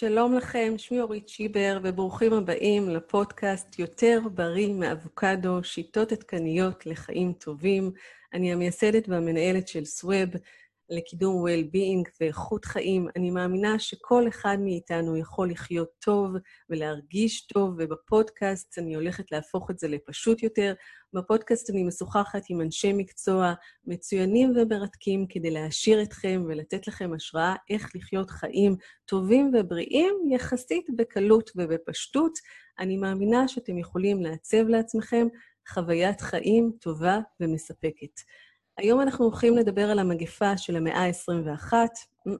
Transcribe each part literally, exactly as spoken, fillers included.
שלום לכם, שמי אורית שיבר, וברוכים הבאים לפודקאסט יותר בריא מאבוקדו, שיטות עדכניות לחיים טובים. אני המייסדת והמנהלת של סווב לקידום well-being ואיכות חיים. אני מאמינה שכל אחד מאיתנו יכול לחיות טוב ולהרגיש טוב, ובפודקאסט אני הולכת להפוך את זה לפשוט יותר. בפודקאסט אני משוחחת עם אנשי מקצוע מצוינים ומרתקים כדי להעשיר אתכם ולתת לכם השראה איך לחיות חיים טובים ובריאים יחסית בקלות ובפשטות. אני מאמינה שאתם יכולים לעצב לעצמכם חוויית חיים טובה ומספקת. היום אנחנו הולכים לדבר על המגפה של המאה ה-עשרים ואחת.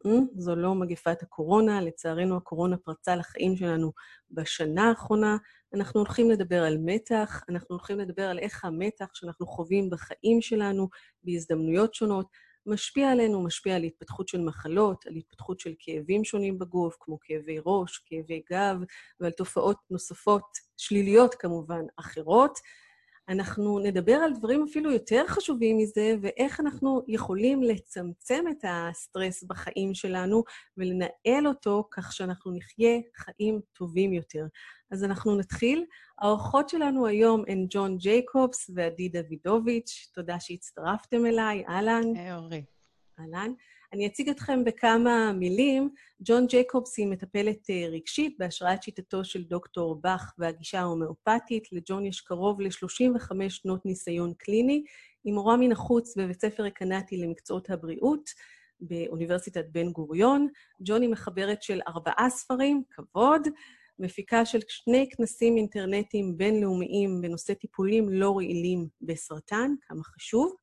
זו לא מגפת הקורונה, לצערנו הקורונה פרצה לחיים שלנו בשנה האחרונה. אנחנו הולכים לדבר על מתח, אנחנו הולכים לדבר על איך המתח שאנחנו חווים בחיים שלנו, בהזדמנויות שונות, משפיע עלינו, משפיע על התפתחות של מחלות, על התפתחות של כאבים שונים בגוף, כמו כאבי ראש, כאבי גב, ועל תופעות נוספות שליליות כמובן אחרות. אנחנו נדבר על דברים אפילו יותר חשובים מזה, ואיך אנחנו יכולים לצמצם את הסטרס בחיים שלנו, ולנהל אותו כך שאנחנו נחיה חיים טובים יותר. אז אנחנו נתחיל. האורחות שלנו היום הן ג'ון ג'ייקובס ועדי דוידוביץ'. תודה שהצטרפתם אליי. אהלן. היי אורי. אהלן. אני אציג אתכם בכמה מילים. ג'ון ג'ייקובס היא מטפלת רגשית בהשראת שיטתו של דוקטור באך והגישה ההומאופתית. לג'ון יש קרוב ל-שלושים וחמש שנות ניסיון קליני. היא מורה מן החוץ בבית ספר הקנתי למקצועות הבריאות באוניברסיטת בן גוריון. ג'ון היא מחברת של ארבעה ספרים, כבוד, מפיקה של שני כנסים אינטרנטיים בינלאומיים בנושא טיפולים לא רעילים בסרטן, כמה חשוב.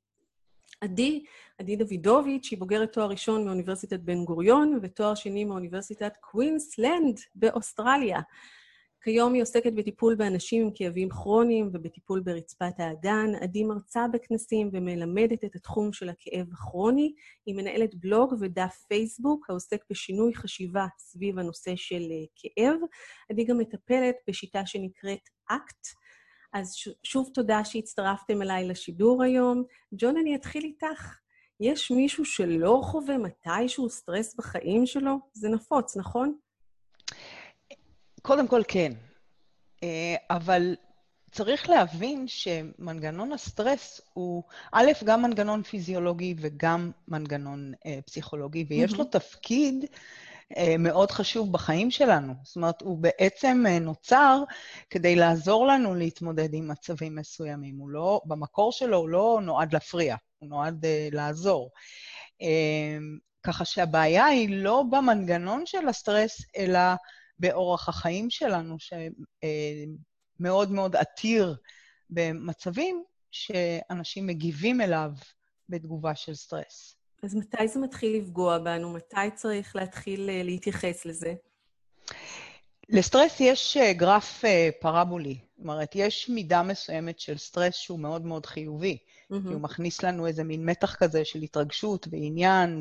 עדי, עדי דוידוביץ', היא בוגרת תואר ראשון מאוניברסיטת בן גוריון, ותואר שני מאוניברסיטת קווינסלנד באוסטרליה. כיום היא עוסקת בטיפול באנשים עם כאבים כרוניים ובטיפול ברצפת האגן. עדי מרצה בכנסים ומלמדת את התחום של הכאב הכרוני. היא מנהלת בלוג ודף פייסבוק העוסק בשינוי חשיבה סביב הנושא של כאב. עדי גם מטפלת בשיטה שנקראת אקט. אז שוב תודה שהצטרפתם אליי לשידור היום. ג'ון, אני אתחיל איתך. יש מישהו שלא חווה מתישהו סטרס בחיים שלו? זה נפוץ, נכון? קודם כל כן, אבל צריך להבין שמנגנון הסטרס הוא א', גם מנגנון פיזיולוגי וגם מנגנון פסיכולוגי, ויש לו תפקיד מאוד חשוב בחיים שלנו. זאת אומרת, הוא בעצם נוצר כדי לעזור לנו להתמודד עם מצבים מסוימים. הוא לא, במקור שלו הוא לא נועד להפריע, הוא נועד לעזור. ככה שהבעיה היא לא במנגנון של הסטרס, אלא באורח החיים שלנו, שמאוד מאוד עתיר במצבים שאנשים מגיבים אליו בתגובה של סטרס. אז מתי זה מתחיל לפגוע בנו? מתי צריך להתחיל להתייחס לזה? לסטרס יש גרף פרבולי. זאת אומרת, יש מידה מסוימת של סטרס שהוא מאוד מאוד חיובי. Mm-hmm. כי הוא מכניס לנו איזה מין מתח כזה של התרגשות ועניין,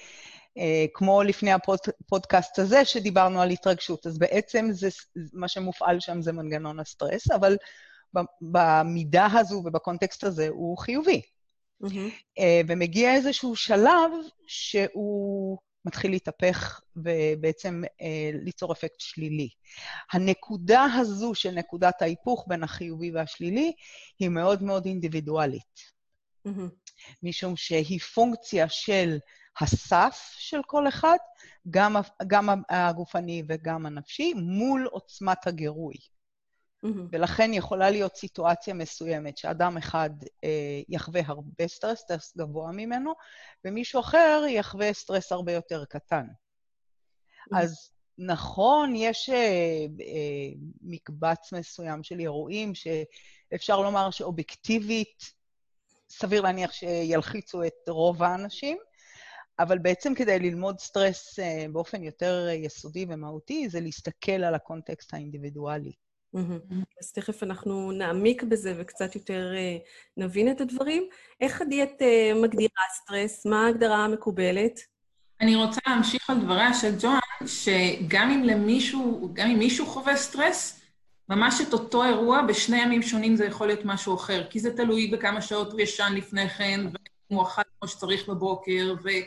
וכמו לפני הפודקאסט הזה שדיברנו על התרגשות. אז בעצם זה, מה שמופעל שם זה מנגנון הסטרס, אבל במידה הזו ובקונטקסט הזה הוא חיובי. Mm-hmm. ומגיע איזשהו שלב שהוא מתחיל להתהפך ובעצם ליצור אפקט שלילי. הנקודה הזו של נקודת ההיפוך בין החיובי והשלילי היא מאוד מאוד אינדיבידואלית. Mm-hmm. משום שהיא פונקציה של הסף של כל אחד, גם, גם הגופני וגם הנפשי, מול עוצמת הגירוי. Mm-hmm. ולכן יכולה להיות סיטואציה מסוימת שאדם אחד אה, יחווה הרבה סטרס, סטרס גבוה ממנו, ומישהו אחר יחווה סטרס הרבה יותר קטן. Mm-hmm. אז נכון, יש אה, אה, מקבץ מסוים של אירועים שאפשר לומר שאובייקטיבית, סביר להניח שילחיצו את רוב האנשים, אבל בעצם כדי ללמוד סטרס אה, באופן יותר יסודי ומהותי, זה להסתכל על הקונטקסט האינדיבידואלי. אז תכף אנחנו נעמיק בזה וקצת יותר נבין את הדברים. איך עדי את מגדירה סטרס? מה ההגדרה המקובלת? אני רוצה להמשיך על דבריה של ג'ון, שגם אם למישהו, גם אם מישהו חווה סטרס, ממש את אותו אירוע בשני ימים שונים זה יכול להיות משהו אחר, כי זה תלוי בכמה שעות הוא ישן לפני כן, והוא אכל כמו שצריך בבוקר, ו...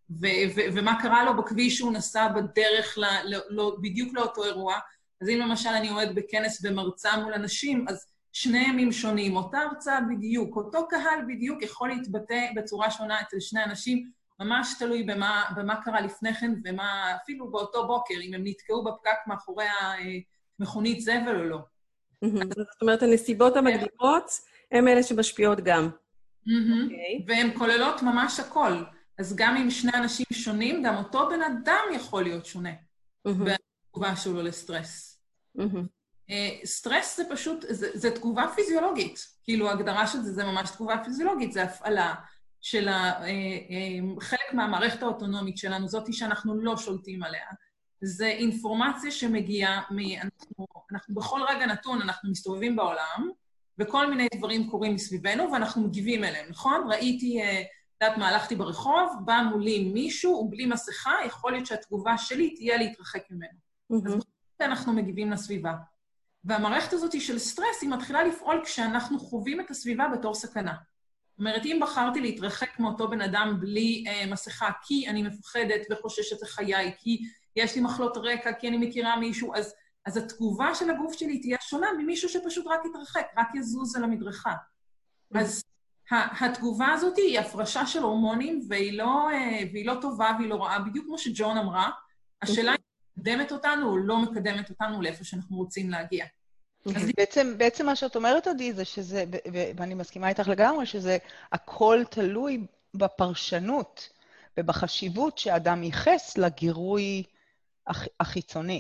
ו- ו- ומה קרה לו בכביש שהוא נסע בדרך ל- ל- לא, בדיוק לאותו אירוע. אז אם למשל אני עומד בכנס ומרצה מול אנשים, אז שני ימים שונים, אותה הרצאה בדיוק, אותו קהל בדיוק יכול להתבטא בצורה שונה אצל שני אנשים, ממש תלוי במה, במה קרה לפני כן, ומה אפילו באותו בוקר, אם הם נתקעו בפקק מאחורי המכונית זבל או לא. זאת אומרת, הנסיבות המקדימות הן אלה שמשפיעות גם. והן כוללות ממש הכל. אז גם אם שני אנשים שונים, גם אותו בן אדם יכול להיות שונה בתגובה שלו לסטרס. סטרס זה פשוט, זה תגובה פיזיולוגית. כאילו, ההגדרה של זה זה ממש תגובה פיזיולוגית, זה הפעלה של חלק מהמערכת האוטונומית שלנו, זאתי שאנחנו לא שולטים עליה. זה אינפורמציה שמגיעה, אנחנו, אנחנו בכל רגע נתון, אנחנו מסתובבים בעולם, וכל מיני דברים קורים מסביבנו, ואנחנו מגיבים אליהם, נכון? ראיתי, יודעת מה, הלכתי ברחוב, בא מולי מישהו, ובלי מסכה, יכול להיות שהתגובה שלי תהיה להתרחק ממנו. אז אנחנו מגיבים לסביבה. והמערכת הזאת של סטרס, היא מתחילה לפעול כשאנחנו חווים את הסביבה בתור סכנה. זאת אומרת, אם בחרתי להתרחק מאותו בן אדם בלי אה, מסכה, כי אני מפחדת וחוששת לחיי, כי יש לי מחלות רקע, כי אני מכירה מישהו, אז, אז התגובה של הגוף שלי תהיה שונה ממישהו שפשוט רק יתרחק, רק יזוז על המדרכה. אז התגובה הזאת היא הפרשה של הורמונים, והיא לא, אה, והיא לא טובה והיא לא רעה, בדיוק כמו שג'ון אמרה, השאלה היא מקדמת אותנו או לא מקדמת אותנו לאיפה שאנחנו רוצים להגיע. בעצם, בעצם מה שאת אומרת, עדי, זה שזה, ואני מסכימה איתך לגמרי, שזה הכל תלוי בפרשנות ובחשיבות שאדם ייחס לגירוי החיצוני.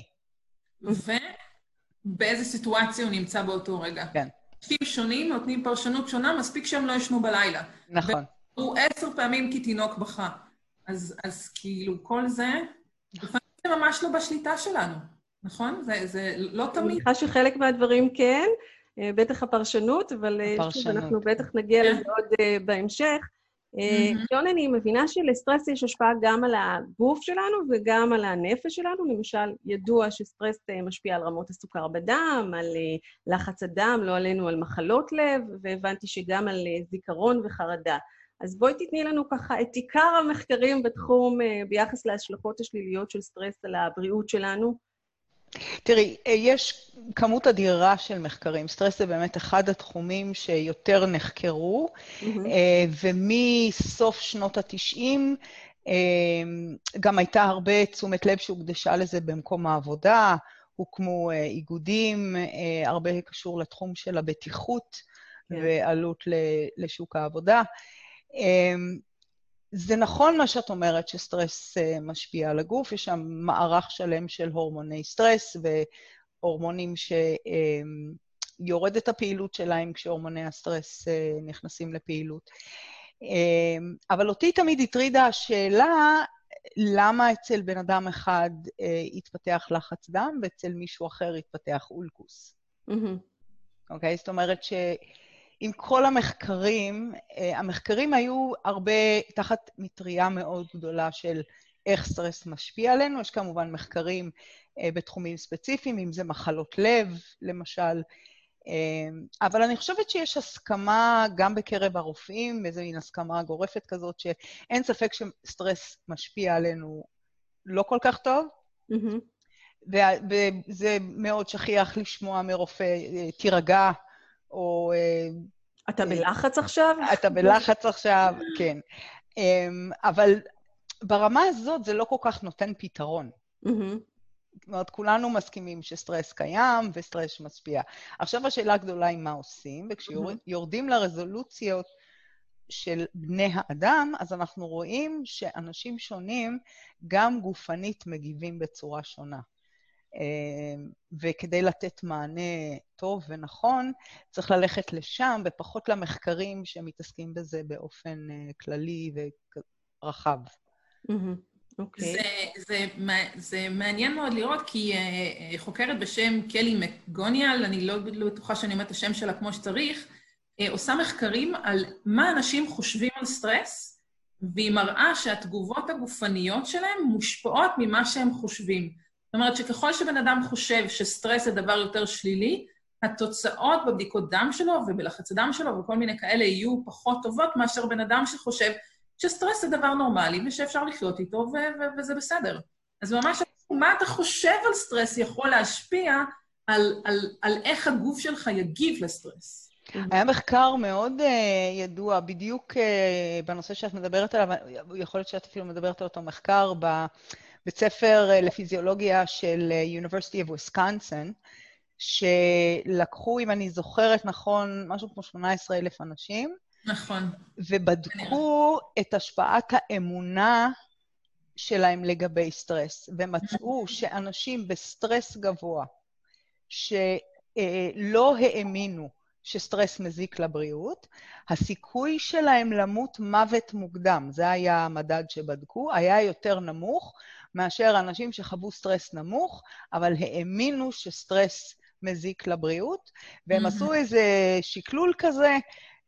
ובאיזה סיטואציה הוא נמצא באותו רגע. כן. אנשים שונים נותנים פרשנות שונה, מספיק שהם לא ישנו בלילה. נכון. והוא עשר פעמים כי תינוק בכה. אז, אז כאילו כל זה, לפעמים זה ממש לא בשליטה שלנו. נכון? זה, זה לא תמיד. אני מניחה שחלק מהדברים כן, בטח הפרשנות, אבל שוב, אנחנו בטח נגיע לזה עוד בהמשך. ג'ון, אני מבינה שלסטרס יש השפעה גם על הגוף שלנו וגם על הנפש שלנו. למשל, ידוע שסטרס משפיע על רמות הסוכר בדם, על לחץ הדם, לא עלינו על מחלות לב, והבנתי שגם על זיכרון וחרדה. אז בואי תתני לנו ככה את עיקר המחקרים בתחום ביחס להשלכות השליליות של סטרס על הבריאות שלנו. תראי, יש כמות אדירה של מחקרים. סטרס זה באמת אחד התחומים שיותר נחקרו, ומסוף שנות ה-תשעים גם הייתה הרבה תשומת לב שהוקדשה לזה במקום העבודה, הוקמו איגודים, הרבה קשור לתחום של הבטיחות ועלות לשוק העבודה. זה נכון מה שאת אומרת שסטרס משפיע על הגוף, יש שם מערך שלם של הורמוני סטרס והורמונים שיורד את הפעילות שלהם כשהורמוני הסטרס נכנסים לפעילות. אבל אותי תמיד הטרידה השאלה למה אצל בן אדם אחד יתפתח לחץ דם ואצל מישהו אחר יתפתח אולקוס. אוקיי? זאת אומרת ש... עם כל המחקרים, המחקרים היו הרבה תחת מטריה מאוד גדולה של איך סטרס משפיע עלינו. יש כמובן מחקרים בתחומים ספציפיים, אם זה מחלות לב, למשל. אבל אני חושבת שיש הסכמה גם בקרב הרופאים, איזו מין הסכמה גורפת כזאת, שאין ספק שסטרס משפיע עלינו לא כל כך טוב. וזה מאוד שכיח לשמוע מרופא, תירגע, או... אתה בלחץ עכשיו? אתה בלחץ עכשיו, כן. אבל ברמה הזאת זה לא כל כך נותן פתרון. זאת אומרת, כולנו מסכימים שסטרס קיים וסטרס משפיע. עכשיו השאלה הגדולה היא מה עושים, וכשיורדים לרזולוציות של בני האדם, אז אנחנו רואים שאנשים שונים גם גופנית מגיבים בצורה שונה. וכדי לתת מענה טוב ונכון, צריך ללכת לשם, ופחות למחקרים שמתעסקים בזה באופן כללי ורחב. זה, זה, זה מעניין מאוד לראות, כי חוקרת בשם קלי מקגוניאל, אני לא בטוחה שאני אומרת את השם שלה כמו שצריך, עושה מחקרים על מה אנשים חושבים על סטרס, והיא מראה שהתגובות הגופניות שלהם מושפעות ממה שהם חושבים. זאת אומרת שככל שבן אדם חושב שסטרס זה דבר יותר שלילי, התוצאות בבדיקות דם שלו ובלחץ הדם שלו וכל מיני כאלה יהיו פחות טובות מאשר בן אדם שחושב שסטרס זה דבר נורמלי, ושאפשר לחיות איתו, ו- ו- וזה בסדר. אז ממש, מה אתה חושב על סטרס יכול להשפיע על, על, על איך הגוף שלך יגיב לסטרס? היה מחקר מאוד uh, ידוע, בדיוק uh, בנושא שאת מדברת עליו, יכול להיות שאת אפילו מדברת על אותו מחקר בבית ספר uh, לפיזיולוגיה של uh, University of Wisconsin, שלקחו, אם אני זוכרת נכון, משהו כמו שמונה עשרה אלף אנשים, נכון. ובדקו את השפעת האמונה שלהם לגבי סטרס, ומצאו שאנשים בסטרס גבוה, שלא האמינו שסטרס מזיק לבריאות, הסיכוי שלהם למות מוות מוקדם, זה היה המדד שבדקו, היה יותר נמוך מאשר אנשים שחוו סטרס נמוך, אבל האמינו שסטרס מזיק לבריאות, והם mm-hmm. עשו איזה שקלול כזה,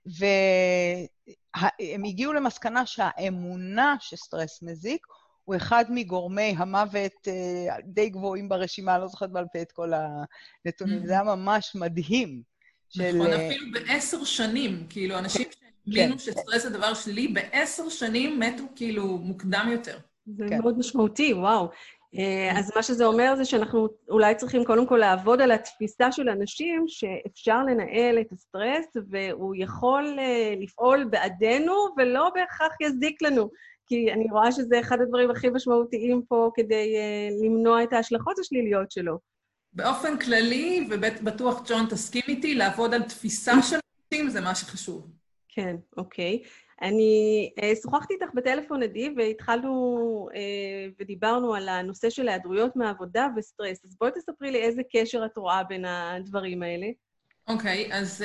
והם הגיעו למסקנה שהאמונה שסטרס מזיק, הוא אחד מגורמי המוות די גבוהים ברשימה, לא זוכרת בעל פה את כל הנתונים, mm-hmm. זה היה ממש מדהים. נכון, של... אפילו בעשר שנים, כאילו, אנשים שהאמינו כן. שסטרס זה דבר שלי, בעשר שנים מתו כאילו מוקדם יותר. זה כן. מאוד משמעותי, וואו. אז מה שזה אומר זה שאנחנו אולי צריכים קודם כל לעבוד על התפיסה של אנשים שאפשר לנהל את הסטרס, והוא יכול לפעול בעדנו ולא בהכרח יזיק לנו. כי אני רואה שזה אחד הדברים הכי משמעותיים פה כדי למנוע את ההשלכות השליליות שלו. באופן כללי, ובטוח ג'ון תסכים איתי, לעבוד על תפיסה של אנשים זה מה שחשוב. כן, אוקיי. אני שוחחתי איתך בטלפון עדי, והתחלנו ודיברנו על הנושא של היעדרויות מהעבודה וסטרס. אז בואי תספרי לי איזה קשר את רואה בין הדברים האלה. אוקיי, אז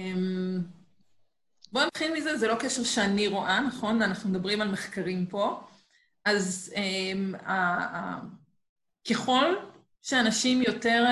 בואו נתחיל מזה, זה לא קשר שאני רואה, נכון? אנחנו מדברים על מחקרים פה. אז ככל שאנשים יותר,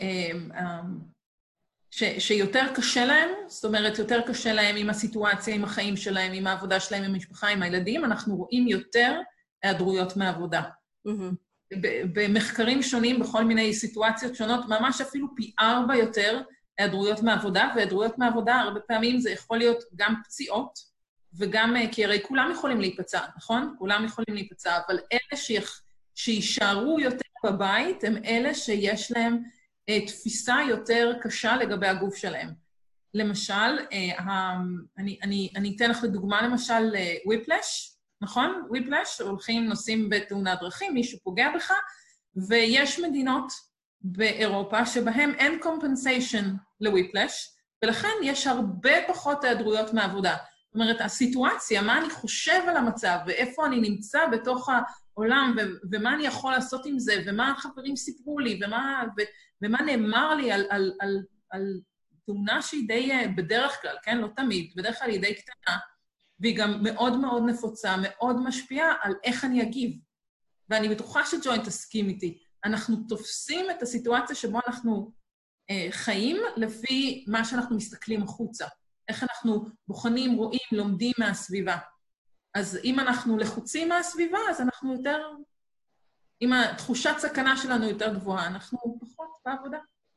ש, שיותר קשה להם, זאת אומרת, יותר קשה להם עם הסיטואציה, עם החיים שלהם, עם העבודה שלהם, עם המשפחה, עם הילדים, אנחנו רואים יותר היעדרויות מהעבודה. Mm-hmm. במחקרים שונים, בכל מיני סיטואציות שונות, ממש אפילו פי ארבע יותר היעדרויות מהעבודה, והיעדרויות מהעבודה, הרבה פעמים זה יכול להיות גם פציעות, וגם, כי הרי כולם יכולים להיפצע, נכון? כולם יכולים להיפצע, אבל אלה שיח, שישארו יותר בבית, הם אלה שיש להם תפיסה יותר קשה לגבי הגוף שלהם. למשל, אני, אני, אני אתן לך לדוגמה, למשל, וויפלש, נכון? וויפלש, הולכים, נוסעים בתאונת דרכים, מישהו פוגע בך, ויש מדינות באירופה שבהם אין compensation לוויפלש, ולכן יש הרבה פחות היעדרויות מהעבודה. זאת אומרת, הסיטואציה, מה אני חושב על המצב, ואיפה אני נמצא בתוך העולם, ו- ומה אני יכול לעשות עם זה, ומה החברים סיפרו לי, ומה, ו- ומה נאמר לי על, על, על, על תאונה שהיא די בדרך כלל, כן? לא תמיד, בדרך כלל היא די קטנה, והיא גם מאוד מאוד נפוצה, מאוד משפיעה על איך אני אגיב. ואני בטוחה שג'וין תסכים איתי. אנחנו תופסים את הסיטואציה שבו אנחנו אה, חיים לפי מה שאנחנו מסתכלים החוצה. איך אנחנו בוחנים, רואים, לומדים מהסביבה. אז אם אנחנו לחוצים מהסביבה, אז אנחנו יותר, אם התחושת סכנה שלנו יותר גבוהה, אנחנו פחות בעבודה.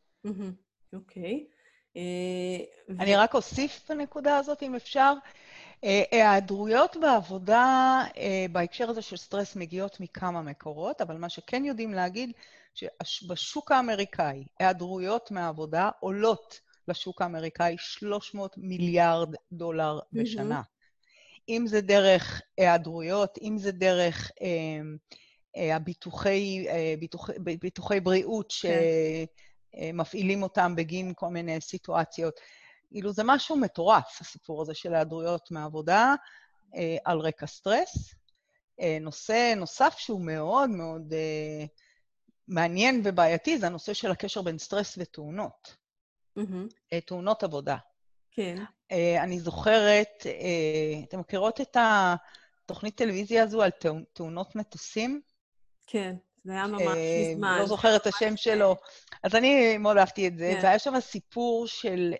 אוקיי. אני רק אוסיף בנקודה הזאת, אם אפשר. היעדרויות בעבודה, בהקשר הזה של סטרס, מגיעות מכמה מקורות, אבל מה שכן יודעים להגיד, שבשוק האמריקאי, היעדרויות מהעבודה עולות לשוק האמריקאי שלוש מאות מיליארד דולר בשנה. אם זה דרך היעדרויות, אם זה דרך הביטוחי, ביטוחי, ביטוחי בריאות שמפעילים אותם בגין כל מיני סיטואציות. כאילו זה משהו מטורף, הסיפור הזה של היעדרויות מהעבודה על רקע סטרס. נושא נוסף שהוא מאוד מאוד מעניין ובעייתי, זה הנושא של הקשר בין סטרס ותאונות. Mm-hmm. תאונות עבודה. כן. אני זוכרת, אתם מכירות את התוכנית טלוויזיה הזו על תאונות מטוסים? כן, זה היה ממש מזמן. לא זוכרת את השם שלו. אז אני מאוד אהבתי את זה, והיה שם סיפור של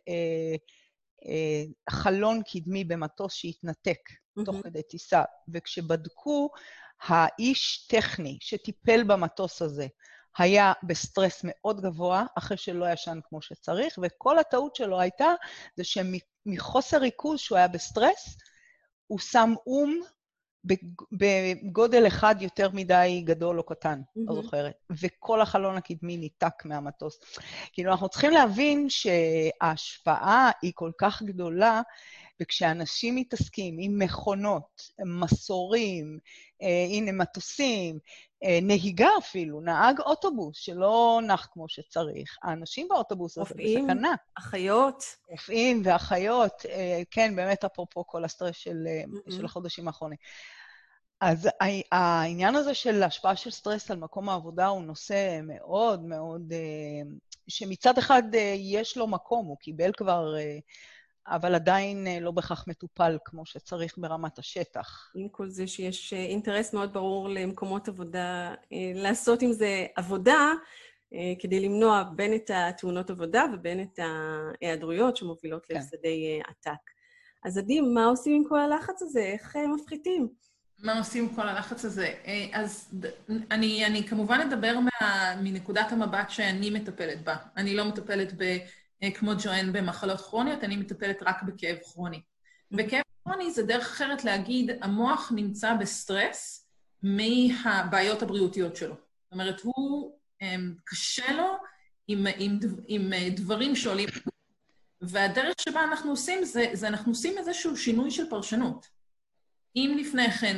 חלון קדמי במטוס שהתנתק תוך כדי טיסה, וכשבדקו, האיש טכני שטיפל במטוס הזה, היה בסטרס מאוד גבוה, אחרי שלא ישן כמו שצריך, וכל הטעות שלו הייתה, זה שמחוסר ריכוז שהוא היה בסטרס, הוא שם אום בגודל אחד יותר מדי גדול או קטן, לא זוכרת, וכל החלון הקדמי ניתק מהמטוס. כאילו, אנחנו צריכים להבין שההשפעה היא כל כך גדולה, וכשאנשים מתעסקים עם מכונות, מסורים, אה, הנה מטוסים, אה, נהיגה אפילו, נהג אוטובוס שלא נח כמו שצריך, האנשים באוטובוס הזה בסכנה. רופאים, אחיות. רופאים ואחיות, אה, כן, באמת אפרופו כל הסטרס של, mm-hmm. של החודשים האחרונים. אז העניין הזה של השפעה של סטרס על מקום העבודה הוא נושא מאוד מאוד, אה, שמצד אחד אה, יש לו מקום, הוא קיבל כבר... אה, אבל עדיין לא בכך מטופל כמו שצריך ברמת השטח. עם כל זה שיש אינטרס מאוד ברור למקומות עבודה, לעשות עם זה עבודה, כדי למנוע בין את התאונות עבודה ובין את ההיעדרויות שמובילות כן. להפסדי עתק. אז עדי, מה עושים עם כל הלחץ הזה? איך מפחיתים? מה עושים עם כל הלחץ הזה? אז אני, אני כמובן אדבר מה, מנקודת המבט שאני מטפלת בה. אני לא מטפלת ב... כמו ג'ואן במחלות כרוניות, אני מטפלת רק בכאב כרוני. וכאב כרוני זה דרך אחרת להגיד, המוח נמצא בסטרס מהבעיות הבריאותיות שלו. זאת אומרת, הוא קשה לו עם, עם, עם דברים שעולים. והדרך שבה אנחנו עושים זה, זה אנחנו עושים איזשהו שינוי של פרשנות. אם לפני כן,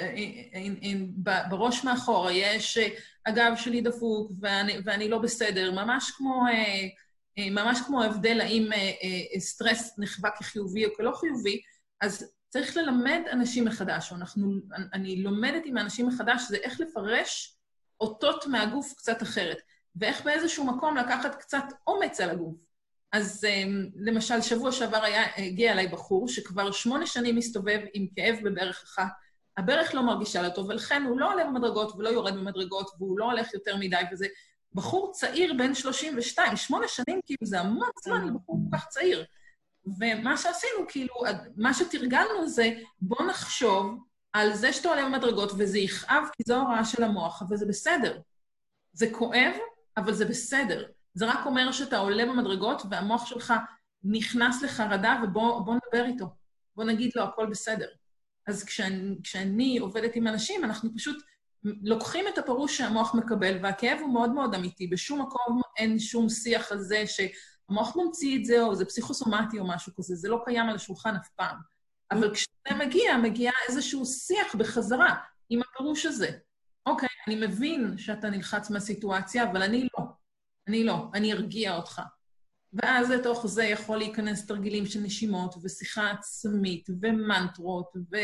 בראש מאחורה, יש הגב שלי דפוק ואני, ואני לא בסדר, ממש כמו... ממש כמו ההבדל האם סטרס נחווה כחיובי או כלא חיובי, אז צריך ללמד אנשים מחדש, או אנחנו, אני לומדת עם האנשים מחדש, זה איך לפרש אותות מהגוף קצת אחרת, ואיך באיזשהו מקום לקחת קצת אומץ על הגוף. אז למשל, שבוע שעבר היה, הגיע אליי בחור, שכבר שמונה שנים מסתובב עם כאב בברך אחת, הברך לא מרגישה לו טוב, ולכן הוא לא עולה במדרגות ולא יורד במדרגות, והוא לא הולך יותר מדי, וזה... בחור צעיר בין שלושים ושתיים, שמונה שנים, כאילו זה המון זמן, בחור כל כך צעיר. ומה שעשינו, כאילו, מה שתרגלנו זה, בוא נחשוב על זה שאתה עולה במדרגות, וזה יכאב, כי זו הוראה של המוח, אבל זה בסדר. זה כואב, אבל זה בסדר. זה רק אומר שאתה עולה במדרגות, והמוח שלך נכנס לחרדה, ובוא נדבר איתו. בוא נגיד לו, הכל בסדר. אז כשאני, כשאני עובדת עם אנשים, אנחנו פשוט... לוקחים את הפירוש שהמוח מקבל, והכאב הוא מאוד מאוד אמיתי. בשום מקום אין שום שיח על זה שהמוח ממציא את זה, או זה פסיכוסומטי או משהו כזה. זה לא קיים על השולחן אף פעם. אבל כשזה מגיע, מגיע איזשהו שיח בחזרה עם הפירוש הזה. אוקיי, אני מבין שאתה נלחץ מהסיטואציה, אבל אני לא. אני לא. אני ארגיע אותך. ואז לתוך זה יכול להיכנס תרגילים של נשימות, ושיחה עצמית, ומנטרות, ו...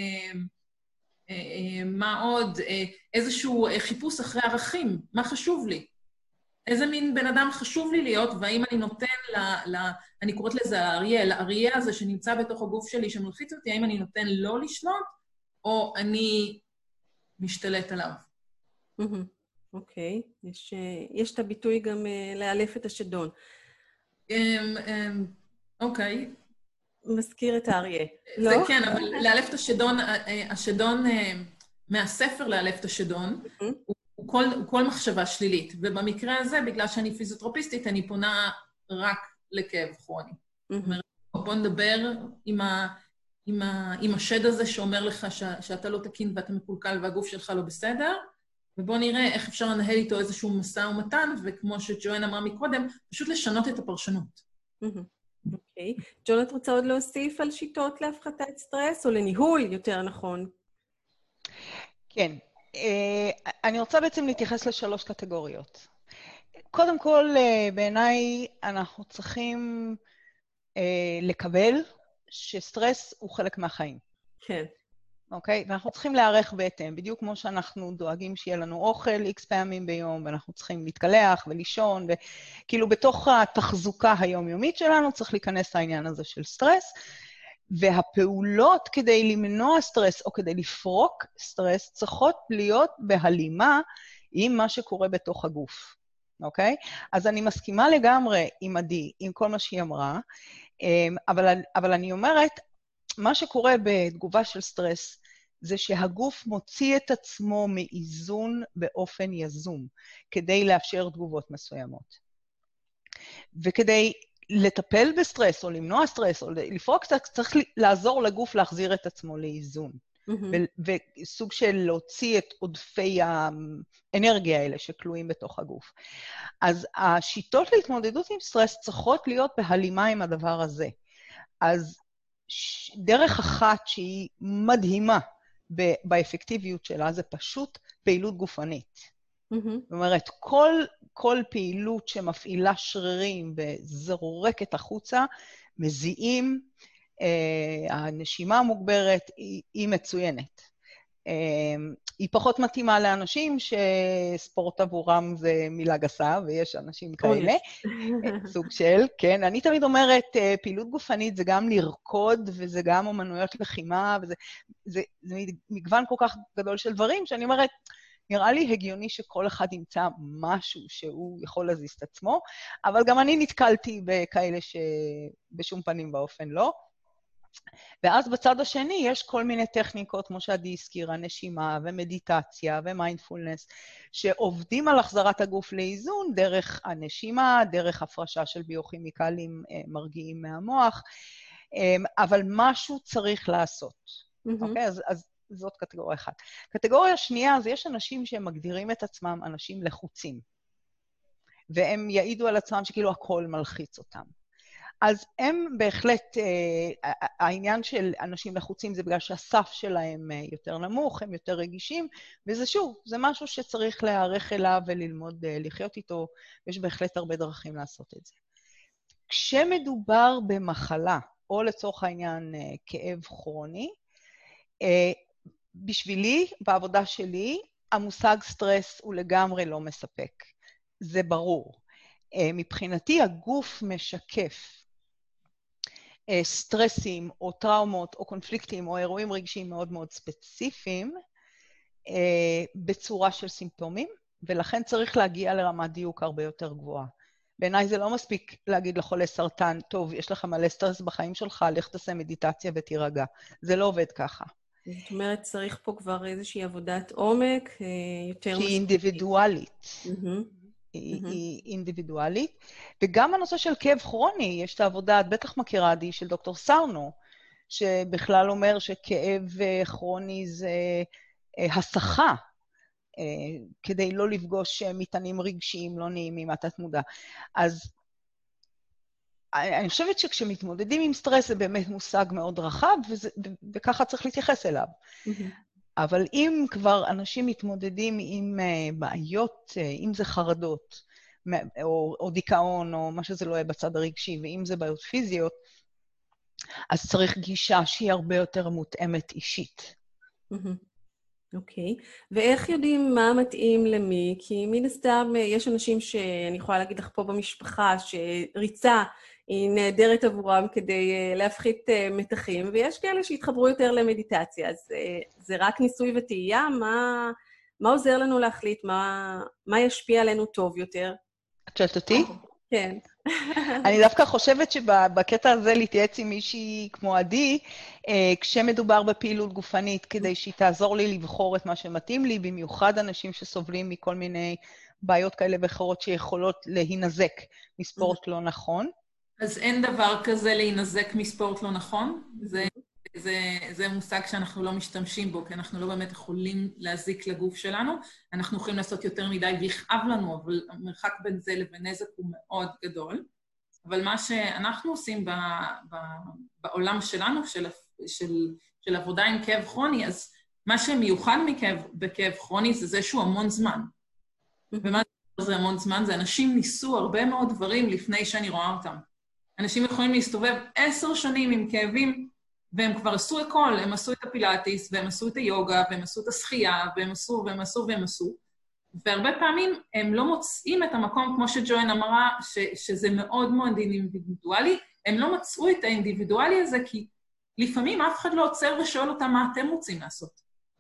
מה עוד? איזשהו חיפוש אחרי ערכים, מה חשוב לי? איזה מין בן אדם חשוב לי להיות, והאם אני נותן ל... ל אני קוראת לזה האריה, לאריה הזה שנמצא בתוך הגוף שלי, שמלחיץ אותי, האם אני נותן לא לשלוט, או אני משתלט עליו? אוקיי, יש את הביטוי גם לאלף את השדון. אוקיי. מזכיר את האריה. זה לא? כן, אבל לאלף את השדון, השדון מהספר לאלף את השדון, mm-hmm. הוא, הוא, כל, הוא כל מחשבה שלילית. ובמקרה הזה, בגלל שאני פיזיותרפיסטית, אני פונה רק לכאב כרוני. Mm-hmm. זאת אומרת, בוא נדבר עם, ה, עם, ה, עם השד הזה שאומר לך ש, שאתה לא תקין ואתה מקולקל והגוף שלך לא בסדר, ובוא נראה איך אפשר לנהל איתו איזשהו מסע ומתן, וכמו שג'ואן אמרה מקודם, פשוט לשנות את הפרשנות. Mm-hmm. אוקיי. ג'ון, את רוצה עוד להוסיף על שיטות להפחתת סטרס, או לניהול יותר נכון? כן. אני רוצה בעצם להתייחס לשלוש קטגוריות. קודם כל, בעיניי אנחנו צריכים לקבל שסטרס הוא חלק מהחיים. כן. אוקיי? ואנחנו צריכים להיערך בהתאם, בדיוק כמו שאנחנו דואגים שיהיה לנו אוכל איקס פעמים ביום, ואנחנו צריכים להתקלח ולישון, וכאילו בתוך התחזוקה היומיומית שלנו צריך להיכנס לעניין הזה של סטרס, והפעולות כדי למנוע סטרס או כדי לפרוק סטרס צריכות להיות בהלימה עם מה שקורה בתוך הגוף. אוקיי? אז אני מסכימה לגמרי עם עדי, עם כל מה שהיא אמרה, אבל, אבל אני אומרת, מה שקורה בתגובה של סטרס, זה שהגוף מוציא את עצמו מאיזון באופן יזום, כדי לאפשר תגובות מסוימות. וכדי לטפל בסטרס, או למנוע סטרס, או לפרוק קצת, צריך לעזור לגוף להחזיר את עצמו לאיזון. וסוג של להוציא את עודפי האנרגיה האלה שכלואים בתוך הגוף. אז השיטות להתמודדות עם סטרס צריכות להיות בהלימה עם הדבר הזה. אז דרך אחת שהיא מדהימה באפקטיביות שלה, זה פשוט פעילות גופנית. זאת אומרת, כל, כל פעילות שמפעילה שרירים וזורקת החוצה, מזיעים, אה, הנשימה המוגברת היא, היא מצוינת. אה, היא פחות מתאימה לאנשים שספורט עבורם זה מילה גסה, ויש אנשים כאלה, סוג של, כן. אני תמיד אומרת, פעילות גופנית זה גם לרקוד, וזה גם אומנויות לחימה, וזה זה, זה מגוון כל כך גדול של דברים, שאני אומרת, נראה לי הגיוני שכל אחד ימצא משהו שהוא יכול להזיז את עצמו, אבל גם אני נתקלתי בכאלה שבשום פנים באופן לא. ואז בצד השני יש כל מיני טכניקות, כמו שעדי הזכירה, נשימה ומדיטציה ומיינדפולנס, שעובדים על החזרת הגוף לאיזון דרך הנשימה, דרך הפרשה של ביוכימיקלים מרגיעים מהמוח, אבל משהו צריך לעשות. אוקיי? אז, אז זאת קטגוריה אחת. קטגוריה שנייה, אז יש אנשים שהם מגדירים את עצמם אנשים לחוצים, והם יעידו על עצמם שכאילו הכל מלחיץ אותם. אז הם בהחלט, העניין של אנשים לחוצים זה בגלל שהסף שלהם יותר נמוך, הם יותר רגישים, וזה שוב, זה משהו שצריך להיערך אליו וללמוד לחיות איתו, ויש בהחלט הרבה דרכים לעשות את זה. כשמדובר במחלה, או לצורך העניין כאב כרוני, בשבילי, בעבודה שלי, המושג סטרס הוא לגמרי לא מספק. זה ברור. מבחינתי, הגוף משקף סטרסים או טראומות או קונפליקטים או אירועים רגשיים מאוד מאוד ספציפיים בצורה של סימפטומים, ולכן צריך להגיע לרמת דיוק הרבה יותר גבוהה. בעיניי זה לא מספיק להגיד לחולה סרטן, טוב, יש לך מלא סטרס בחיים שלך, לך תעשה מדיטציה ותירגע. זה לא עובד ככה. זאת אומרת, צריך פה כבר איזושהי עבודת עומק יותר משמעותית. שהיא אינדיבידואלית. היא אינדיבידואלית. וגם הנושא של כאב כרוני, יש את העבודה, את בטח מכירה עדי, של דוקטור סרנו, שבכלל אומר שכאב כרוני זה הסחה, כדי לא לפגוש מטענים רגשיים לא נעימים מהתת מודע. אז אני חושבת שכשמתמודדים עם סטרס זה באמת מושג מאוד רחב, וזה, וככה צריך להתייחס אליו. אבל אם כבר אנשים מתמודדים עם בעיות, אם זה חרדות, או, או דיכאון, או מה שזה לא יהיה בצד הרגשי, ואם זה בעיות פיזיות, אז צריך גישה שהיא הרבה יותר מותאמת אישית. אוקיי. Okay. ואיך יודעים מה מתאים למי? כי מן הסתם יש אנשים שאני יכולה להגיד לך פה במשפחה, שריצה היא נהדרת עבורם כדי להפחית מתחים, ויש כאלה שהתחברו יותר למדיטציה. אז זה רק ניסוי וטעייה? מה, מה עוזר לנו להחליט? מה, מה ישפיע עלינו טוב יותר? את שואלת אותי? כן. אני דווקא חושבת שבקטע הזה להתייעץ עם מישהי כמו עדי, כשמדובר בפעילות גופנית, כדי שהיא תעזור לי לבחור את מה שמתאים לי, במיוחד אנשים שסובלים מכל מיני בעיות כאלה ואחרות שיכולות להינזק מספורט לא נכון. אז אין דבר כזה להינזק מספורט לא נכון? זה, זה, זה מושג שאנחנו לא משתמשים בו, כי אנחנו לא באמת יכולים להזיק לגוף שלנו. אנחנו יכולים לעשות יותר מדי ויכאב לנו, אבל המרחק בין זה לבין נזק הוא מאוד גדול. אבל מה שאנחנו עושים ב, ב, בעולם שלנו, של, של, של עבודה עם כאב כרוני, אז מה שמיוחד מכאב, בכאב כרוני זה זה שהוא המון זמן. ומה זה המון זמן? זה אנשים ניסו הרבה מאוד דברים לפני שאני רואה אותם. אנשים יכולים להסתובב עשר שנים עם כאבים, והם כבר עשו הכל, הם עשו את הפילאטיס, והם עשו את היוגה, והם עשו את השחייה, והם עשו, והם עשו, והם עשו. והרבה פעמים הם לא מוצאים את המקום, כמו שג'וין אמרה, ש- שזה מאוד מאוד אינדיבידואלי, הם לא מצאו את האינדיבידואלי הזה, כי לפעמים אף אחד לא עוצר ושואל אותם מה אתם רוצים לעשות.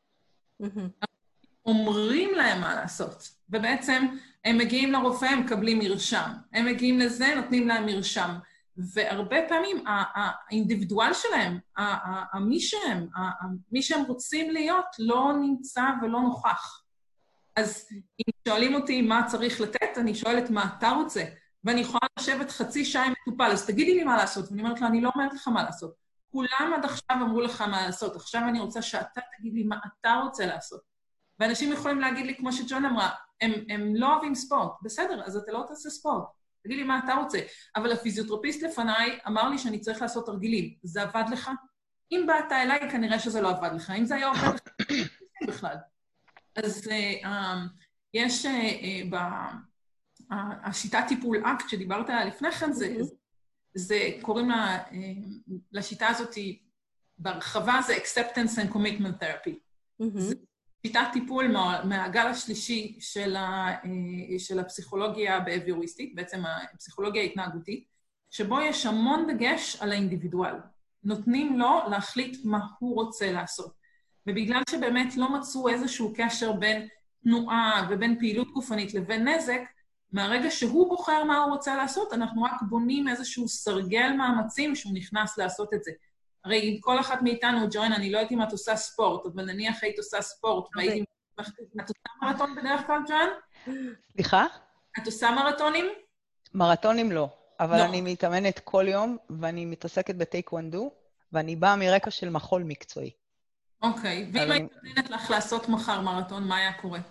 אומרים להם מה לעשות, ובעצם הם מגיעים לרופא, הם מקבלים מרשם. הם מגיעים לזה, נותנים להם מרשם. והרבה פעמים האינדיבידואל שלהם, מי שהם, מי שהם רוצים להיות, לא נמצא ולא נוכח. אז אם שואלים אותי מה צריך לתת, אני שואלת מה אתה רוצה, ואני יכולה לשבת חצי שעה עם מטופל, אז תגידי לי מה לעשות, ואני אומרת לו, אני לא אומרת לך מה לעשות. כולם עד עכשיו אמרו לך מה לעשות, עכשיו אני רוצה שאתה תגיד לי מה אתה רוצה לעשות. ואנשים יכולים להגיד לי, כמו שג'ון אמרה, הם, הם לא אוהבים ספורט. בסדר, אז אתה לא תעשה ספורט. תגיד לי מה אתה רוצה. אבל הפיזיותרפיסט לפניי אמר לי שאני צריך לעשות תרגילים. זה עבד לך? אם באת אליי, כנראה שזה לא עבד לך. אם זה היה עובד לך, בכלל. אז uh, um, יש uh, uh, ב... uh, השיטת טיפול אקט שדיברת עליה לפני כן, זה, זה, זה קוראים לה, uh, לשיטה הזאת, בהרחבה זה acceptance and commitment therapy. זה שיטת טיפול מה, מהגל השלישי של, ה, uh, של הפסיכולוגיה באביוריסטית, בעצם הפסיכולוגיה ההתנהגותית, שבו יש המון דגש על האינדיבידואל. נותנים לו להחליט מה הוא רוצה לעשות. ובגלל שבאמת לא מצאו איזשהו קשר בין תנועה ובין פעילות גופנית לבין נזק, מהרגע שהוא בוחר מה הוא רוצה לעשות, אנחנו רק בונים איזשהו סרגל מאמצים שהוא נכנס לעשות את זה. הרי כל אחת מאיתנו, ג'וין, אני לא יודעת אם את עושה ספורט, אבל נניח היית עושה ספורט, והייתי... את עושה מרתון בדרך כלל, ג'וין? סליחה? את עושה מרתונים? מרתונים לא, אבל אני מתאמנת כל יום, ואני מתעסקת בטייקוונדו, ואני באה מרקע של מחול מקצועי. אוקיי, ואם היית נותנת לך לעשות מחר מרתון, מה היה קורה?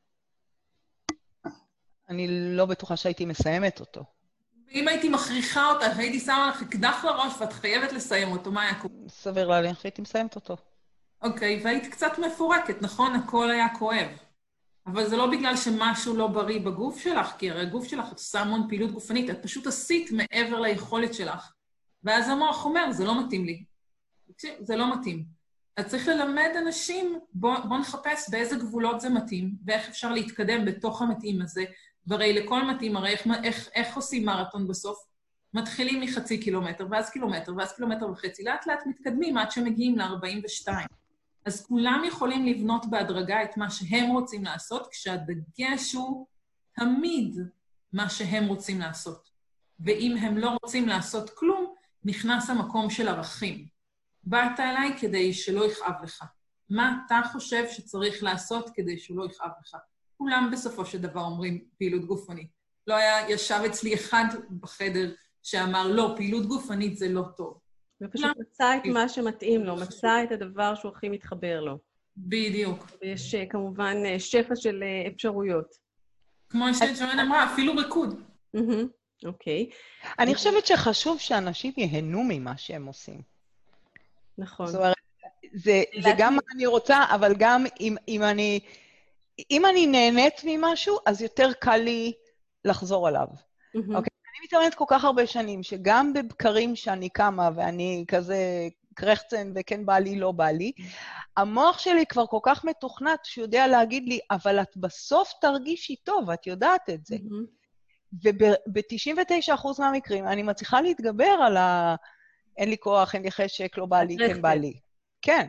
אני לא בטוחה שהייתי מסיימת אותו. ואם הייתי מכריחה אותך, הייתי שמה לך אקדח לראש ואת חייבת לסיים אותו, מה היה קורה? סביר להניח שהייתי מסיימת אותו. אוקיי, והיית קצת מפורקת, נכון? הכל היה כואב. אבל זה לא בגלל שמשהו לא בריא בגוף שלך, כי הרי הגוף שלך את עושה המון פעילות גופנית, את פשוט עשית מעבר ליכולת שלך. ואז המוח אומר, זה לא מתאים לי. זה לא מתאים. אז צריך ללמד אנשים, בוא, בוא נחפש באיזה גבולות זה מתאים, ואיך אפשר להתקדם בתוך המתאים הזה, והרי לכל מתאים, הרי איך, איך, איך עושים מרתון בסוף? מתחילים מחצי קילומטר, ואז קילומטר, ואז קילומטר וחצי, לאט לאט מתקדמים עד שמגיעים ל-ארבעים ושתיים. אז כולם יכולים לבנות בהדרגה את מה שהם רוצים לעשות, כשהדגש הוא תמיד מה שהם רוצים לעשות. ואם הם לא רוצים לעשות כלום, נכנס המקום של ערכים. באת אליי כדי שלא יכאב לך. מה אתה חושב שצריך לעשות כדי שלא יכאב לך? כולם בסופו של דבר אומרים פעילות גופנית. לא היה, ישב אצלי אחד בחדר שאמר, לא, פעילות גופנית זה לא טוב. ופשוט מצא את מה שמתאים לו, מצא את הדבר שהוא הכי מתחבר לו. בדיוק. ויש כמובן שפע של אפשרויות. כמו שג'ואן אמרה, אפילו ריקוד. אוקיי. אני חושבת שחשוב שאנשים ייהנו ממה שהם עושים. נכון. זאת אומרת, זה, זה גם מה אני רוצה, אבל גם אם, אם אני, אם אני נהנית ממשהו, אז יותר קל לי לחזור עליו. אוקיי? אני מתאמנת כל כך הרבה שנים, שגם בבקרים שאני קמה, ואני כזה קרחצן, וכן בא לי, לא בא לי, המוח שלי כבר כל כך מתוכנת, שהוא יודע להגיד לי, אבל את בסוף תרגישי טוב, את יודעת את זה. וב-תשעים ותשעה אחוז מהמקרים, אני מצליחה להתגבר על ה... אין לי כוח, אין לי חשק, לא בא לי, כן בא לי. כן.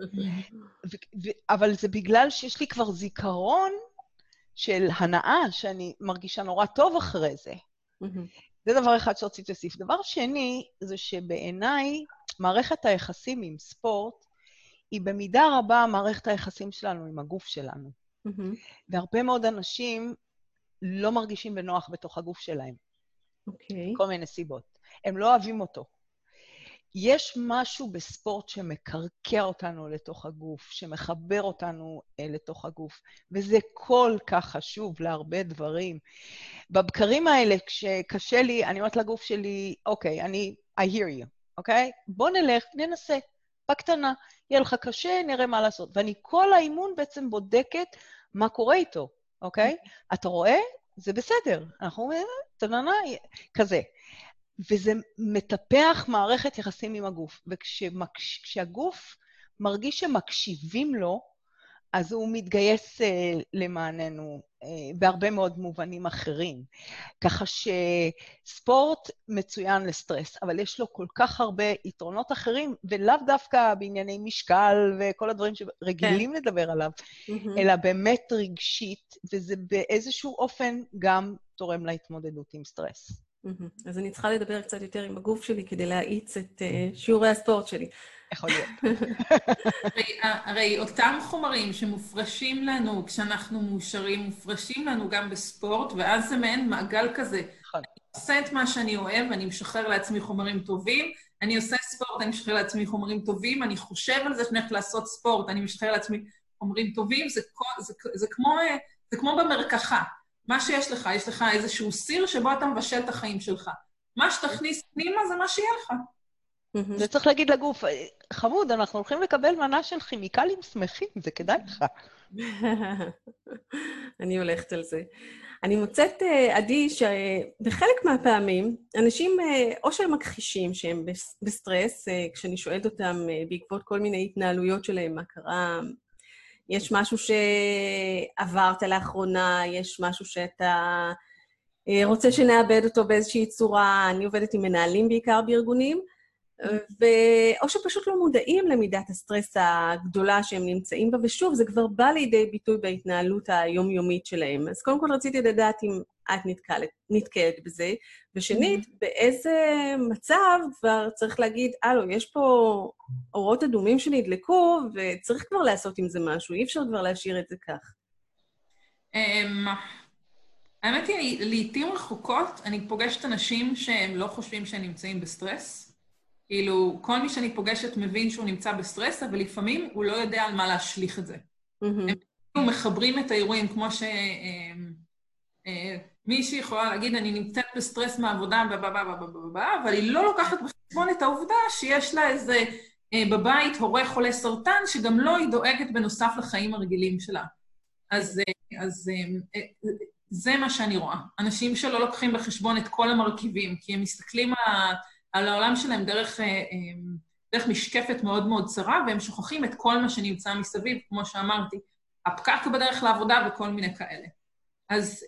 אבל זה בגלל שיש לי כבר זיכרון של הנאה, שאני מרגישה נורא טוב אחרי זה. זה דבר אחד שרציתי להוסיף. דבר שני, זה שבעיניי, מערכת היחסים עם ספורט, היא במידה רבה מערכת היחסים שלנו עם הגוף שלנו. והרבה מאוד אנשים לא מרגישים בנוח בתוך הגוף שלהם. אוקיי. כל מיני סיבות. הם לא אוהבים אותו. יש משהו בספורט שמקרקע אותנו לתוך הגוף, שמחבר אותנו אה, לתוך הגוף, וזה כל כך חשוב להרבה דברים. בבקרים האלה, כשקשה לי, אני אומרת לגוף שלי, אוקיי, אני, I hear you, אוקיי? בוא נלך, ננסה, בקטנה, יהיה לך קשה, נראה מה לעשות. ואני כל האימון בעצם בודקת מה קורה איתו, אוקיי? אתה רואה? זה בסדר. אנחנו אומרים, תננה, כזה. וזה מטפח מערכת יחסים עם הגוף. וכשהגוף מרגיש שמקשיבים לו, אז הוא מתגייס uh, למעננו uh, בהרבה מאוד מובנים אחרים. ככה שספורט מצוין לסטרס, אבל יש לו כל כך הרבה יתרונות אחרים, ולאו דווקא בענייני משקל וכל הדברים שרגילים כן. לדבר עליו, mm-hmm. אלא באמת רגשית, וזה באיזשהו אופן גם תורם להתמודדות עם סטרס. Mm-hmm. אז אני צריכה לדבר קצת יותר עם הגוף שלי כדי להאיץ את uh, שיעורי הספורט שלי. יכול להיות. הרי, הרי אותם חומרים שמופרשים לנו כשאנחנו מאושרים, מופרשים לנו גם בספורט, ואז זה מעין מעגל כזה. נכון. עושה את מה שאני אוהב, אני משחרר לעצמי חומרים טובים, אני עושה ספורט, אני משחרר לעצמי חומרים טובים, אני חושב על זה שאני הולכת לעשות ספורט, אני משחרר לעצמי חומרים טובים, זה, זה, זה, כמו, זה כמו במרקחה. מה שיש לך, יש לך איזשהו סיר שבו אתה מבשל את החיים שלך. מה שתכניס פנימה זה מה שיהיה לך. זה צריך להגיד לגוף, חמוד, אנחנו הולכים לקבל מנה של כימיקלים שמחים, זה כדאי לך. אני הולכת על זה. אני מוצאת, עדי, שבחלק מהפעמים, אנשים או שהם מכחישים שהם בסטרס, כשאני שואלת אותם בעקבות כל מיני התנהלויות שלהם, מה קרה, יש משהו שעברת לאחרונה, יש משהו שאתה רוצה שנאבד אותו באיזושהי צורה, אני עובדת עם מנהלים בעיקר בארגונים, ו... או שפשוט לא מודעים למידת הסטרס הגדולה שהם נמצאים בה, ושוב, זה כבר בא לידי ביטוי בהתנהלות היומיומית שלהם. אז קודם כל רציתי לדעת אם את נתקלת, נתקלת בזה, ושנית, mm-hmm. באיזה מצב כבר צריך להגיד, אלו, יש פה אורות אדומים שנדלקו, וצריך כבר לעשות עם זה משהו, אי אפשר כבר להשאיר את זה כך. האמת היא, לעתים רחוקות, אני פוגשת אנשים שהם לא חושבים שהם נמצאים בסטרס, כאילו, כל מי שאני פוגשת מבין שהוא נמצא בסטרס, אבל לפעמים הוא לא יודע על מה להשליך את זה. הם מחברים את האירועים, כמו שמישהי יכולה להגיד, אני נמצאת בסטרס מהעבודה, אבל היא לא לוקחת בחשבון את העובדה שיש לה איזה בבית הורה חולה סרטן, שגם לא היא דואגת בנוסף לחיים הרגילים שלה. אז זה מה שאני רואה. אנשים שלא לוקחים בחשבון את כל המרכיבים, כי הם מסתכלים על העולם שלהם דרך, דרך משקפת מאוד מאוד צרה, והם שוכחים את כל מה שנמצא מסביב, כמו שאמרתי, הפקק בדרך לעבודה וכל מיני כאלה. אז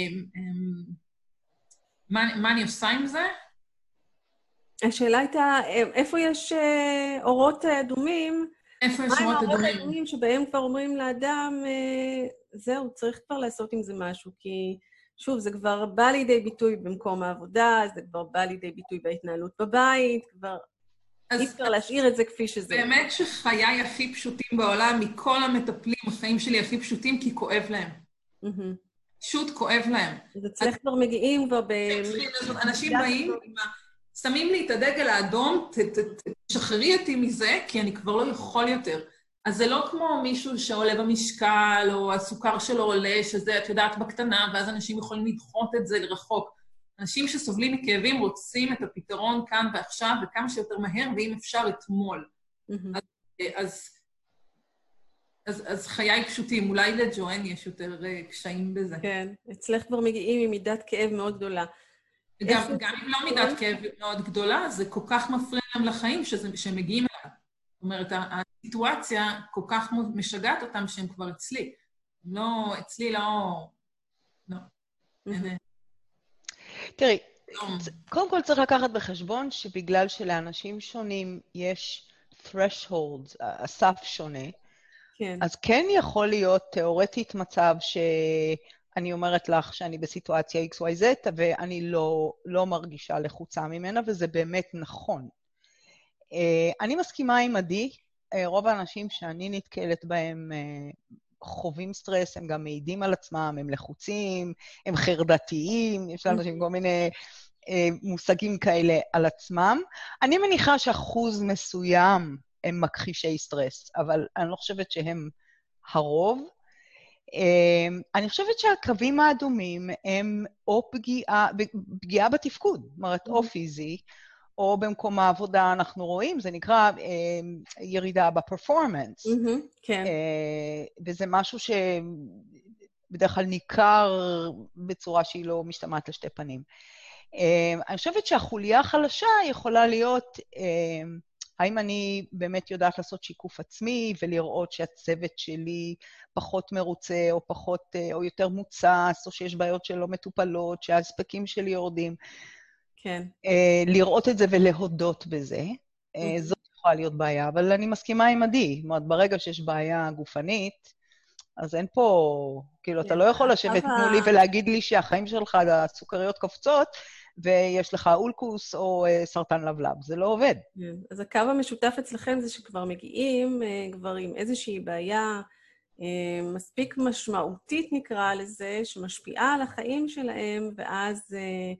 מה, מה אני עושה עם זה? השאלה הייתה, איפה יש אורות אדומים? איפה יש אורות אדומים? מה עם האורות אדומים שבהם כבר אומרים לאדם, זהו, צריך כבר לעשות עם זה משהו, כי שוב, זה כבר בא לידי ביטוי במקום העבודה, זה כבר בא לידי ביטוי בהתנהלות בבית, כבר אי אפשר להשאיר את זה כפי שזה. באמת שחיי הכי פשוטים בעולם, מכל המטפלים, החיים שלי הכי פשוטים, כי כואב להם. פשוט כואב להם. אז אצלך כבר מגיעים כבר ב... אנשים באים, שמים לי את הדגל האדום, תשחררי אותי מזה, כי אני כבר לא יכול יותר. אז זה לא כמו מישהו שעולה במשקל, או הסוכר שלו עולה, שזה, את יודעת, בקטנה, ואז אנשים יכולים לדחות את זה לרחוק. אנשים שסובלים מכאבים רוצים את הפתרון כאן ועכשיו, וכמה שיותר מהר, ואם אפשר אתמול. Mm-hmm. אז, אז, אז, אז חיי פשוטים, אולי לג'ואן יש יותר uh, קשיים בזה. כן, אצלך כבר מגיעים עם מידת כאב מאוד גדולה. גם, גם אם לא מידת כאב מאוד גדולה, זה כל כך מפריע להם לחיים שזה, שהם מגיעים אליו. זאת אומרת, הסיטואציה כל כך משגעת אותם שהם כבר אצלי. לא, אצלי לא... לא. תראי, קודם כל צריך לקחת בחשבון שבגלל שלאנשים שונים יש thresholds, הסף שונה, אז כן יכול להיות תיאורטית מצב שאני אומרת לך שאני בסיטואציה אקס וואי זד, ואני לא, לא מרגישה לחוצה ממנה, וזה באמת נכון. אני מסכימה עם עדי, רוב האנשים שאני נתקלת בהם חווים סטרס, הם גם מעידים על עצמם, הם לחוצים, הם חרדתיים, יש לאנשים כל מיני מושגים כאלה על עצמם. אני מניחה שאחוז מסוים הם מכחישי סטרס, אבל אני לא חושבת שהם הרוב. אני חושבת שהקווים האדומים הם או פגיעה, פגיעה בתפקוד, זאת אומרת, או פיזי, או במקום העבודה אנחנו רואים, זה נקרא אה, ירידה בפרפורמנס. Mm-hmm, כן. אה, וזה משהו שבדרך כלל ניכר בצורה שהיא לא משתמעת לשתי פנים. אה, אני חושבת שהחוליה החלשה יכולה להיות, אה, האם אני באמת יודעת לעשות שיקוף עצמי, ולראות שהצוות שלי פחות מרוצה, או פחות, אה, או יותר מוצס, או שיש בעיות שלא מטופלות, שהספקים שלי יורדים. כן. לראות את זה ולהודות בזה, זאת יכולה להיות בעיה, אבל אני מסכימה עם עדי, זאת אומרת, ברגע שיש בעיה גופנית, אז אין פה, כאילו, אתה לא יכול לשבת מולי ולהגיד לי שהחיים שלך, הסוכריות קופצות, ויש לך אולקוס או סרטן לבלב, זה לא עובד. אז הקו המשותף אצלכם זה שכבר מגיעים, כבר עם איזושהי בעיה מספיק משמעותית נקרא לזה, שמשפיעה על החיים שלהם, ואז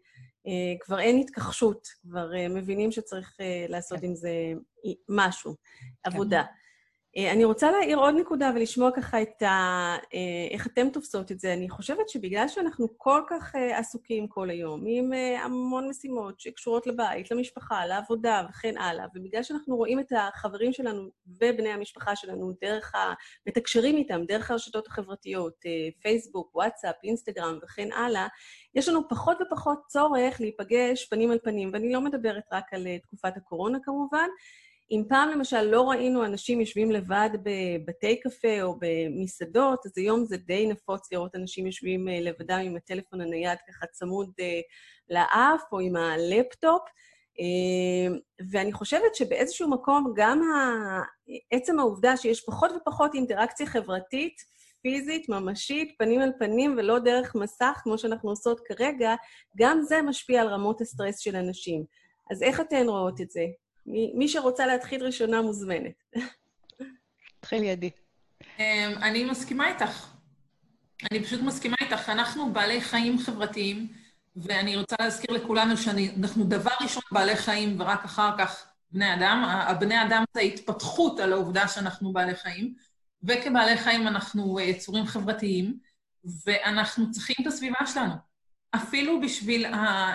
כבר אין התכחשות, כבר מבינים שצריך לעשות כן. עם זה משהו, עבודה. כן. אני רוצה להעיר עוד נקודה ולשמוע ככה את ה... איך אתם תופסות את זה. אני חושבת שבגלל שאנחנו כל כך עסוקים כל היום, עם המון משימות שקשורות לבית, למשפחה, לעבודה וכן הלאה, ובגלל שאנחנו רואים את החברים שלנו ובני המשפחה שלנו דרך ה... מתקשרים איתם, דרך הרשתות החברתיות, פייסבוק, וואטסאפ, אינסטגרם וכן הלאה, יש לנו פחות ופחות צורך להיפגש פנים על פנים, ואני לא מדברת רק על תקופת הקורונה כמובן, אם פעם למשל לא ראינו אנשים יושבים לבד בבתי קפה או במסעדות, אז היום זה די נפוץ לראות אנשים יושבים לבדם עם הטלפון הנייד ככה צמוד לאף או עם הלפטופ, ואני חושבת שבאיזשהו מקום גם עצם העובדה שיש פחות ופחות אינטראקציה חברתית, פיזית, ממשית, פנים על פנים ולא דרך מסך כמו שאנחנו עושות כרגע, גם זה משפיע על רמות הסטרס של אנשים. אז איך אתן רואות את זה? מי שרוצה להתחיל ראשונה מוזמנת. תתחיל ידי. אני מסכימה איתך. אני פשוט מסכימה איתך. אנחנו בעלי חיים חברתיים, ואני רוצה להזכיר לכולנו שאנחנו דבר ראשון בעלי חיים, ורק אחר כך בני אדם. הבני אדם זה התפתחות על העובדה שאנחנו בעלי חיים, וכבעלי חיים אנחנו יצורים חברתיים, ואנחנו צריכים את הסביבה שלנו. אפילו בשביל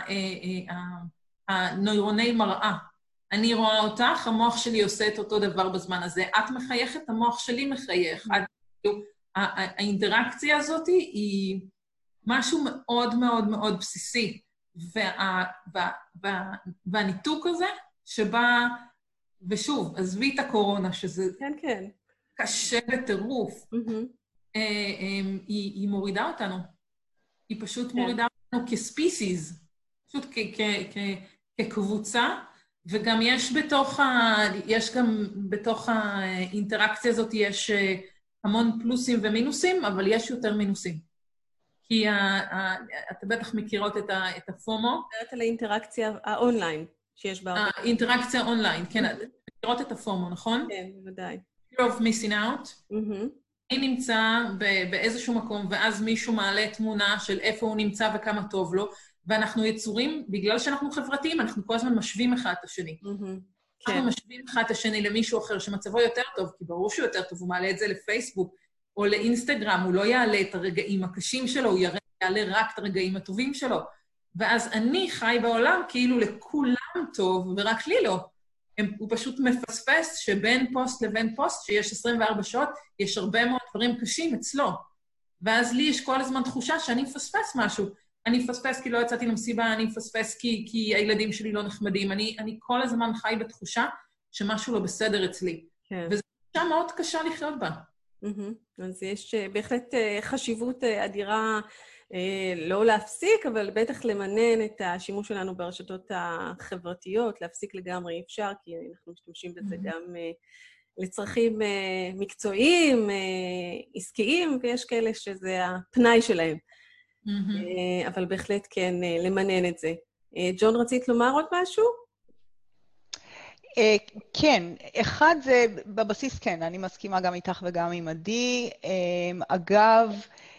הנוירוני מראה. אני רואה אותך, המוח שלי עושה את אותו דבר בזמן הזה. את מחייכת, המוח שלי מחייך. האינטראקציה הזאת היא משהו מאוד מאוד מאוד בסיסי. והניתוק הזה שבא, ושוב, עזבי את הקורונה, שזה קשה בטירוף, היא מורידה אותנו. היא פשוט מורידה אותנו כספיסיז, פשוט כקבוצה, וגם יש בתוך ה... יש גם בתוך האינטראקציה הזאת, יש המון פלוסים ומינוסים, אבל יש יותר מינוסים. כי אתה בטח מכירות את הפומו. מדברת על האינטראקציה האונליין שיש בה. האינטראקציה אונליין, כן. מכירות את הפומו, נכון? כן, בוודאי. Fear of missing out. אני נמצא באיזשהו מקום, ואז מישהו מעלה תמונה של איפה הוא נמצא וכמה טוב לו, ואנחנו יצורים, בגלל שאנחנו חברתיים, אנחנו כל הזמן משווים אחד את השני. אנחנו משווים אחד את השני למישהו אחר שמצבו יותר טוב, כי ברור שהוא יותר טוב, הוא מעלה את זה לפייסבוק או לאינסטגרם, הוא לא יעלה את הרגעים הקשים שלו, הוא יעלה רק את הרגעים הטובים שלו. ואז אני חי בעולם כאילו לכולם טוב, ורק לי לא. הוא פשוט מפספס שבין פוסט לבין פוסט, שיש עשרים וארבע שעות, יש הרבה מאוד דברים קשים אצלו. ואז לי יש כל הזמן תחושה שאני מפספס משהו. אני מפספס כי לא יצאתי למסיבה, אני מפספס כי, כי הילדים שלי לא נחמדים. אני, אני כל הזמן חי בתחושה שמשהו לא בסדר אצלי. כן. וזו תחושה מאוד קשה לחיות בה. Mm-hmm. אז יש בהחלט חשיבות אדירה לא להפסיק, אבל בטח למנן את השימוש שלנו ברשתות החברתיות, להפסיק לגמרי אפשר, כי אנחנו משתמשים בזה mm-hmm. גם לצרכים מקצועיים, עסקיים, ויש כאלה שזה הפנאי שלהם. Mm-hmm. אבל בהחלט כן, למנן את זה. ג'ון, רצית לומר עוד משהו? כן, אחד זה, בבסיס כן, אני מסכימה גם איתך וגם עם עדי. אגב,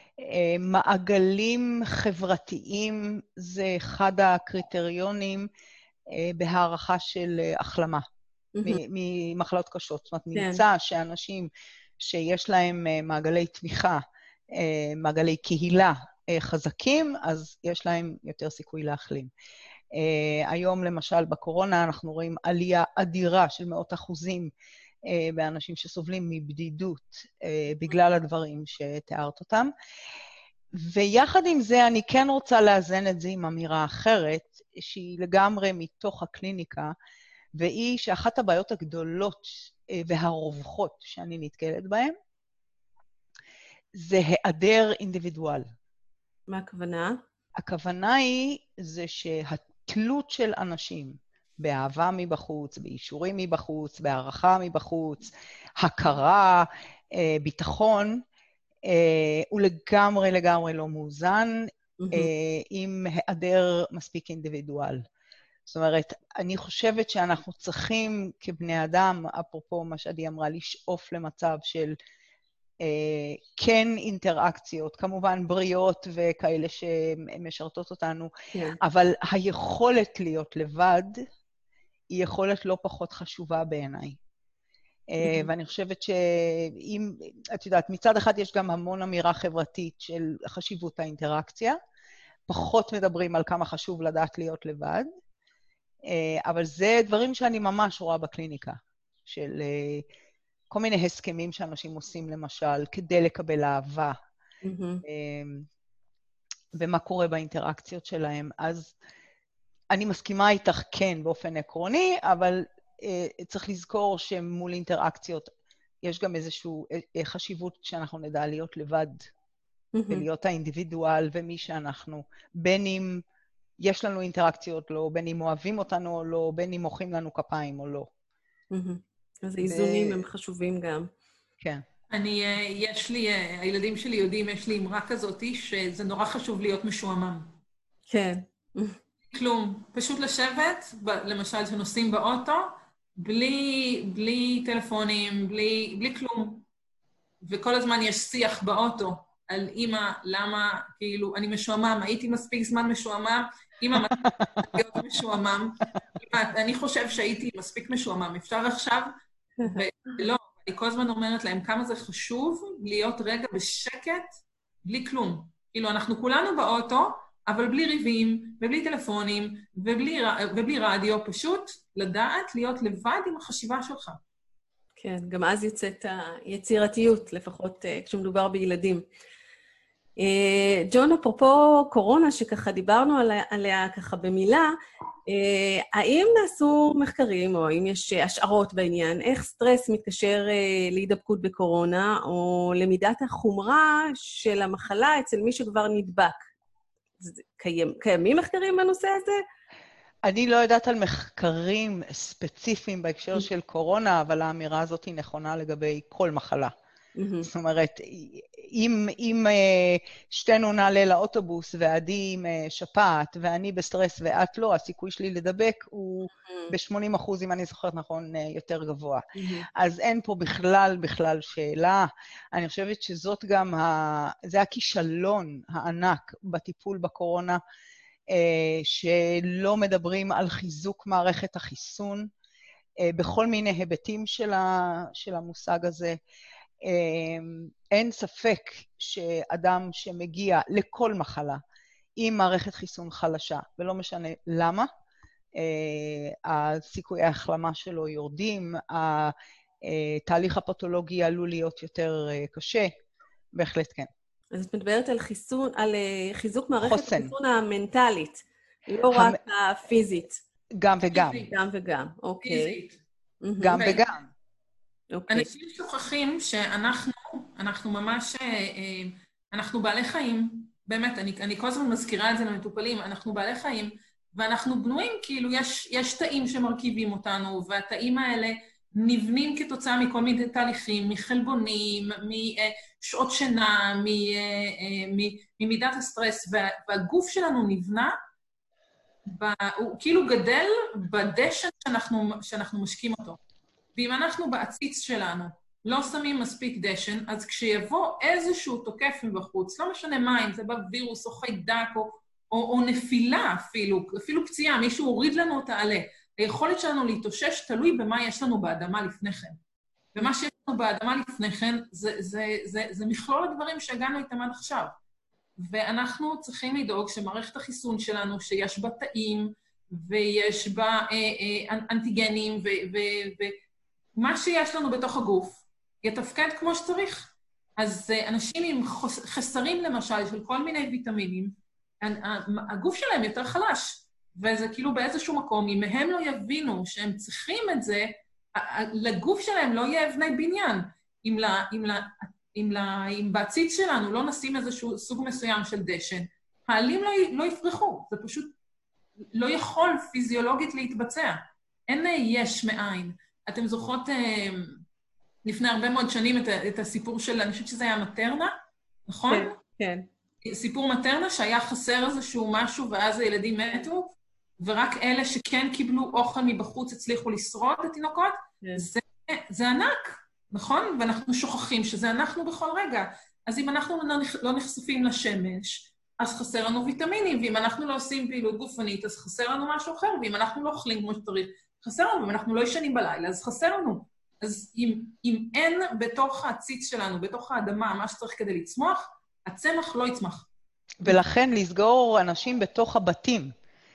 מעגלים חברתיים זה אחד הקריטריונים בהערכה של החלמה ממחלות קשות. זאת אומרת, נמצא שאנשים שיש להם מעגלי תמיכה, מעגלי קהילה חזקים, אז יש להם יותר סיכוי להחלים. Uh, היום למשל בקורונה אנחנו רואים עלייה אדירה של מאות אחוזים uh, באנשים שסובלים מבדידות uh, בגלל הדברים שתיארת אותם. ויחד עם זה אני כן רוצה לאזן את זה עם אמירה אחרת, שהיא לגמרי מתוך הקליניקה, והיא שאחת הבעיות הגדולות uh, והרווחות שאני נתקלת בהן, זה היעדר אינדיבידואל. מה הכוונה? הכוונה היא זה שהתלות של אנשים באהבה מבחוץ, באישורים מבחוץ, בהערכה מבחוץ, הכרה, ביטחון, הוא לגמרי לגמרי לא מאוזן mm-hmm. עם היעדר מספיק אינדיבידואל. זאת אומרת, אני חושבת שאנחנו צריכים כבני אדם, אפרופו מה שעדי אמרה, לשאוף למצב של כן אינטראקציות, כמובן בריאות וכאלה שמשרתות אותנו, כן. אבל היכולת להיות לבד היא יכולת לא פחות חשובה בעיניי. ואני חושבת שאם, את יודעת, מצד אחד יש גם המון אמירה חברתית של חשיבות האינטראקציה, פחות מדברים על כמה חשוב לדעת להיות לבד, אבל זה דברים שאני ממש רואה בקליניקה, של כל מיני הסכמים שאנשים עושים למשל, כדי לקבל אהבה, ומה קורה באינטראקציות שלהם. אז אני מסכימה איתך כן באופן עקרוני, אבל צריך לזכור שמול אינטראקציות יש גם איזושהי חשיבות שאנחנו נדע להיות לבד, ולהיות האינדיבידואל ומי שאנחנו, בין אם יש לנו אינטראקציות לא, בין אם אוהבים אותנו או לא, בין אם מוחאים לנו כפיים או לא. אז האיזונים הם חשובים גם. כן. אני, יש לי, הילדים שלי יודעים, יש לי אמרה כזאת, שזה נורא חשוב להיות משועמם. כן. כלום. פשוט לשבת, למשל, שנוסעים באוטו, בלי, בלי טלפונים, בלי, בלי כלום. וכל הזמן יש שיח באוטו על אמא, למה, כאילו, אני משועמם, הייתי מספיק זמן משועמם, אמא, מספיק להיות משועמם. אני חושב שהייתי מספיק משועמם, אפשר עכשיו? ולא, אני כל הזמן אומרת להם כמה זה חשוב להיות רגע בשקט, בלי כלום. כאילו, אנחנו כולנו באוטו, אבל בלי ריבים, ובלי טלפונים, ובלי, ובלי רדיו, פשוט לדעת להיות לבד עם החשיבה שלך. כן, גם אז יוצאת היצירתיות, לפחות כשמדובר בילדים. ג'ון, אפרופו קורונה, שככה דיברנו עליה, עליה ככה במילה, האם נעשו מחקרים, או האם יש השערות בעניין, איך סטרס מתקשר להידבקות בקורונה, או למידת החומרה של המחלה אצל מי שכבר נדבק? קיים, קיימים מחקרים בנושא הזה? אני לא יודעת על מחקרים ספציפיים בהקשר של קורונה, אבל האמירה הזאת היא נכונה לגבי כל מחלה. זאת אומרת, אם, אם שתינו נעלה לאוטובוס ועדי עם שפעת ואני בסטרס ואת לא, הסיכוי שלי לדבק הוא ב-שמונים אחוז, אם אני זוכרת נכון, יותר גבוה. אז אין פה בכלל, בכלל שאלה. אני חושבת שזאת גם, ה... זה הכישלון הענק בטיפול בקורונה, שלא מדברים על חיזוק מערכת החיסון, בכל מיני היבטים של, ה... של המושג הזה. אין ספק שאדם שמגיע לכל מחלה עם מערכת חיסון חלשה, ולא משנה למה, הסיכויי ההחלמה שלו יורדים, התהליך הפתולוגי עלול להיות יותר קשה, בהחלט כן. אז את מדברת על חיסון, על חיזוק מערכת החיסון המנטלית, לא רק הפיזית. גם וגם. גם וגם, אוקיי. גם וגם. אנשים שוכחים שאנחנו, אנחנו ממש, אנחנו בעלי חיים, באמת, אני, אני כל הזמן מזכירה את זה למטופלים, אנחנו בעלי חיים, ואנחנו בנויים, כאילו יש, יש תאים שמרכיבים אותנו, והתאים האלה נבנים כתוצאה מכל מיני תהליכים, מחלבונים, משעות שינה, ממידת הסטרס, והגוף שלנו נבנה, הוא כאילו גדל בדשן שאנחנו, שאנחנו משקים אותו. ואם אנחנו בעציץ שלנו לא שמים מספיק דשן, אז כשיבוא איזשהו תוקף מבחוץ, לא משנה מה, אם זה בווירוס או חיידק או, או, או נפילה אפילו, אפילו פציעה, מישהו הוריד לנו את העלה, היכולת שלנו להתאושש תלוי במה יש לנו באדמה לפני כן. ומה שיש לנו באדמה לפני כן, זה, זה, זה, זה מכלול הדברים שהגענו איתם עד עכשיו. ואנחנו צריכים לדאוג שמערכת החיסון שלנו, שיש בה תאים, ויש בה אה, אה, אנטיגנים, ו... ו, ו מה שיש לנו בתוך הגוף יתפקד כמו שצריך. אז אנשים עם חסרים למשל של כל מיני ויטמינים, הגוף שלהם יותר חלש, וזה כאילו באיזשהו מקום, אם הם לא יבינו שהם צריכים את זה, לגוף שלהם לא יהיה אבני בניין. אם, לה, אם, לה, אם, לה, אם בעציץ שלנו לא נשים איזשהו סוג מסוים של דשן, העלים לא, לא יפרחו, זה פשוט לא יכול פיזיולוגית להתבצע. אין יש מאין. אתם זוכרות לפני הרבה מאוד שנים את, את הסיפור של, אני חושבת שזה היה מטרנה, נכון? כן, כן. סיפור מטרנה שהיה חסר איזשהו משהו ואז הילדים מתו, ורק אלה שכן קיבלו אוכל מבחוץ הצליחו לשרוד את התינוקות, כן. זה, זה ענק. נכון? ואנחנו שוכחים שזה אנחנו בכל רגע. אז אם אנחנו לא נחשפים לשמש, אז חסר לנו ויטמינים, ואם אנחנו לא עושים פעילות גופנית, אז חסר לנו משהו אחר, ואם אנחנו לא אוכלים כמו שצריך, חסר לנו, ואם אנחנו לא ישנים בלילה, אז חסר לנו. אז אם, אם אין בתוך הציץ שלנו, בתוך האדמה, מה שצריך כדי לצמוח, הצמח לא יצמח. ולכן לסגור אנשים בתוך הבתים,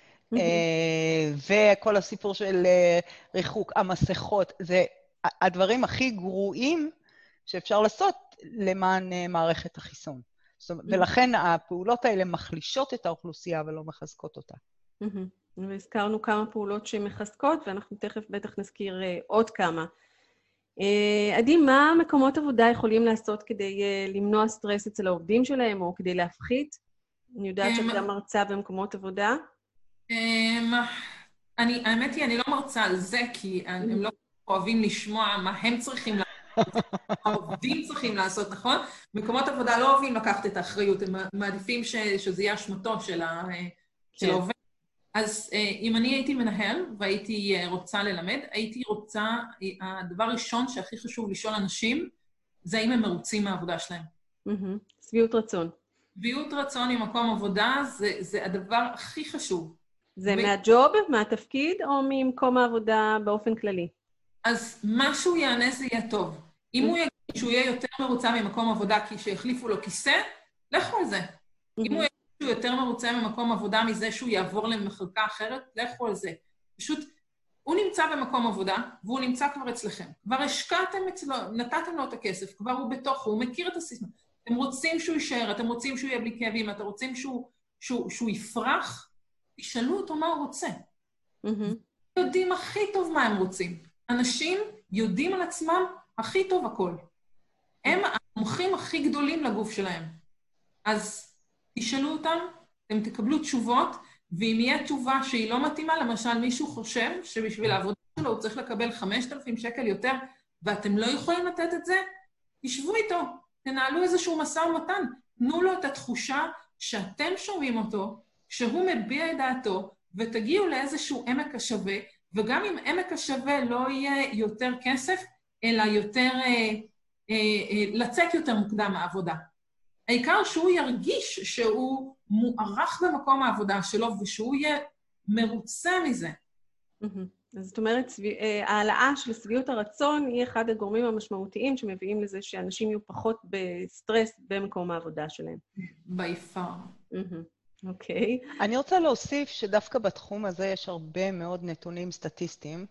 וכל הסיפור של ריחוק, המסכות, זה הדברים הכי גרועים שאפשר לעשות למען מערכת החיסון. ולכן הפעולות האלה מחלישות את האוכלוסייה ולא מחזקות אותה. והזכרנו כמה פעולות שמחזקות, ואנחנו תכף בטח נזכיר עוד כמה. עדי, מה מקומות עבודה יכולים לעשות כדי למנוע סטרס אצל העובדים שלהם, או כדי להפחית? אני יודעת שאת גם מרצה במקומות עבודה. האמת היא, אני לא מרצה על זה, כי הם לא אוהבים לשמוע מה הם צריכים לעשות, העובדים צריכים לעשות, נכון? מקומות עבודה לא אוהבים לקחת את האחריות, הם מעדיפים שזה יהיה אשמתו של העובד. אז אם אני הייתי מנהל והייתי רוצה ללמד, הייתי רוצה, הדבר ראשון שהכי חשוב לשאול אנשים, זה האם הם מרוצים מהעבודה שלהם. שביעות רצון. שביעות רצון ממקום עבודה זה הדבר הכי חשוב. זה מהג'וב, מהתפקיד, או ממקום העבודה באופן כללי? אז מה שהוא יענה זה יהיה טוב. אם הוא יגיד שהוא יהיה יותר מרוצה ממקום עבודה כי שיחליפו לו כיסא, לכו על זה. אם הוא יגיד שהוא יותר מרוצה ממקום עבודה מזה שהוא יעבור למחלקה אחרת, לכו על זה. פשוט, הוא נמצא במקום עבודה, והוא נמצא כבר אצלכם. כבר השקעתם אצלו, נתתם לו את הכסף, כבר הוא בתוכו, הוא מכיר את הסיסמה. אתם רוצים שהוא יישאר, אתם רוצים שהוא יהיה בלי כאבים, אתם רוצים שהוא, שהוא, שהוא יפרח, תשאלו אותו מה הוא רוצה. יודעים הכי טוב מה הם רוצים. אנשים יודעים על עצמם הכי טוב הכל. הם המומחים הכי גדולים לגוף שלהם. אז תשאלו אותם, אתם תקבלו תשובות, ואם יהיה תשובה שהיא לא מתאימה, למשל מישהו חושב שבשביל העבודה שלו הוא צריך לקבל חמשת אלפים שקל יותר, ואתם לא יכולים לתת את זה, תשבו איתו, תנהלו איזשהו משא ומתן, תנו לו את התחושה שאתם שומעים אותו, שהוא מביע את דעתו, ותגיעו לאיזשהו עמק השווה, וגם אם עמק השווה לא יהיה יותר כסף, אלא יותר, אה, אה, אה, לצאת יותר מוקדם מהעבודה. העיקר שהוא ירגיש שהוא מוערך במקום העבודה שלו, ושהוא יהיה מרוצה מזה. אז זאת אומרת, העלאה של שביעות הרצון היא אחד הגורמים המשמעותיים שמביאים לזה שאנשים יהיו פחות בסטרס במקום העבודה שלהם. ביפר. אוקיי. אני רוצה להוסיף שדווקא בתחום הזה יש הרבה מאוד נתונים סטטיסטיים,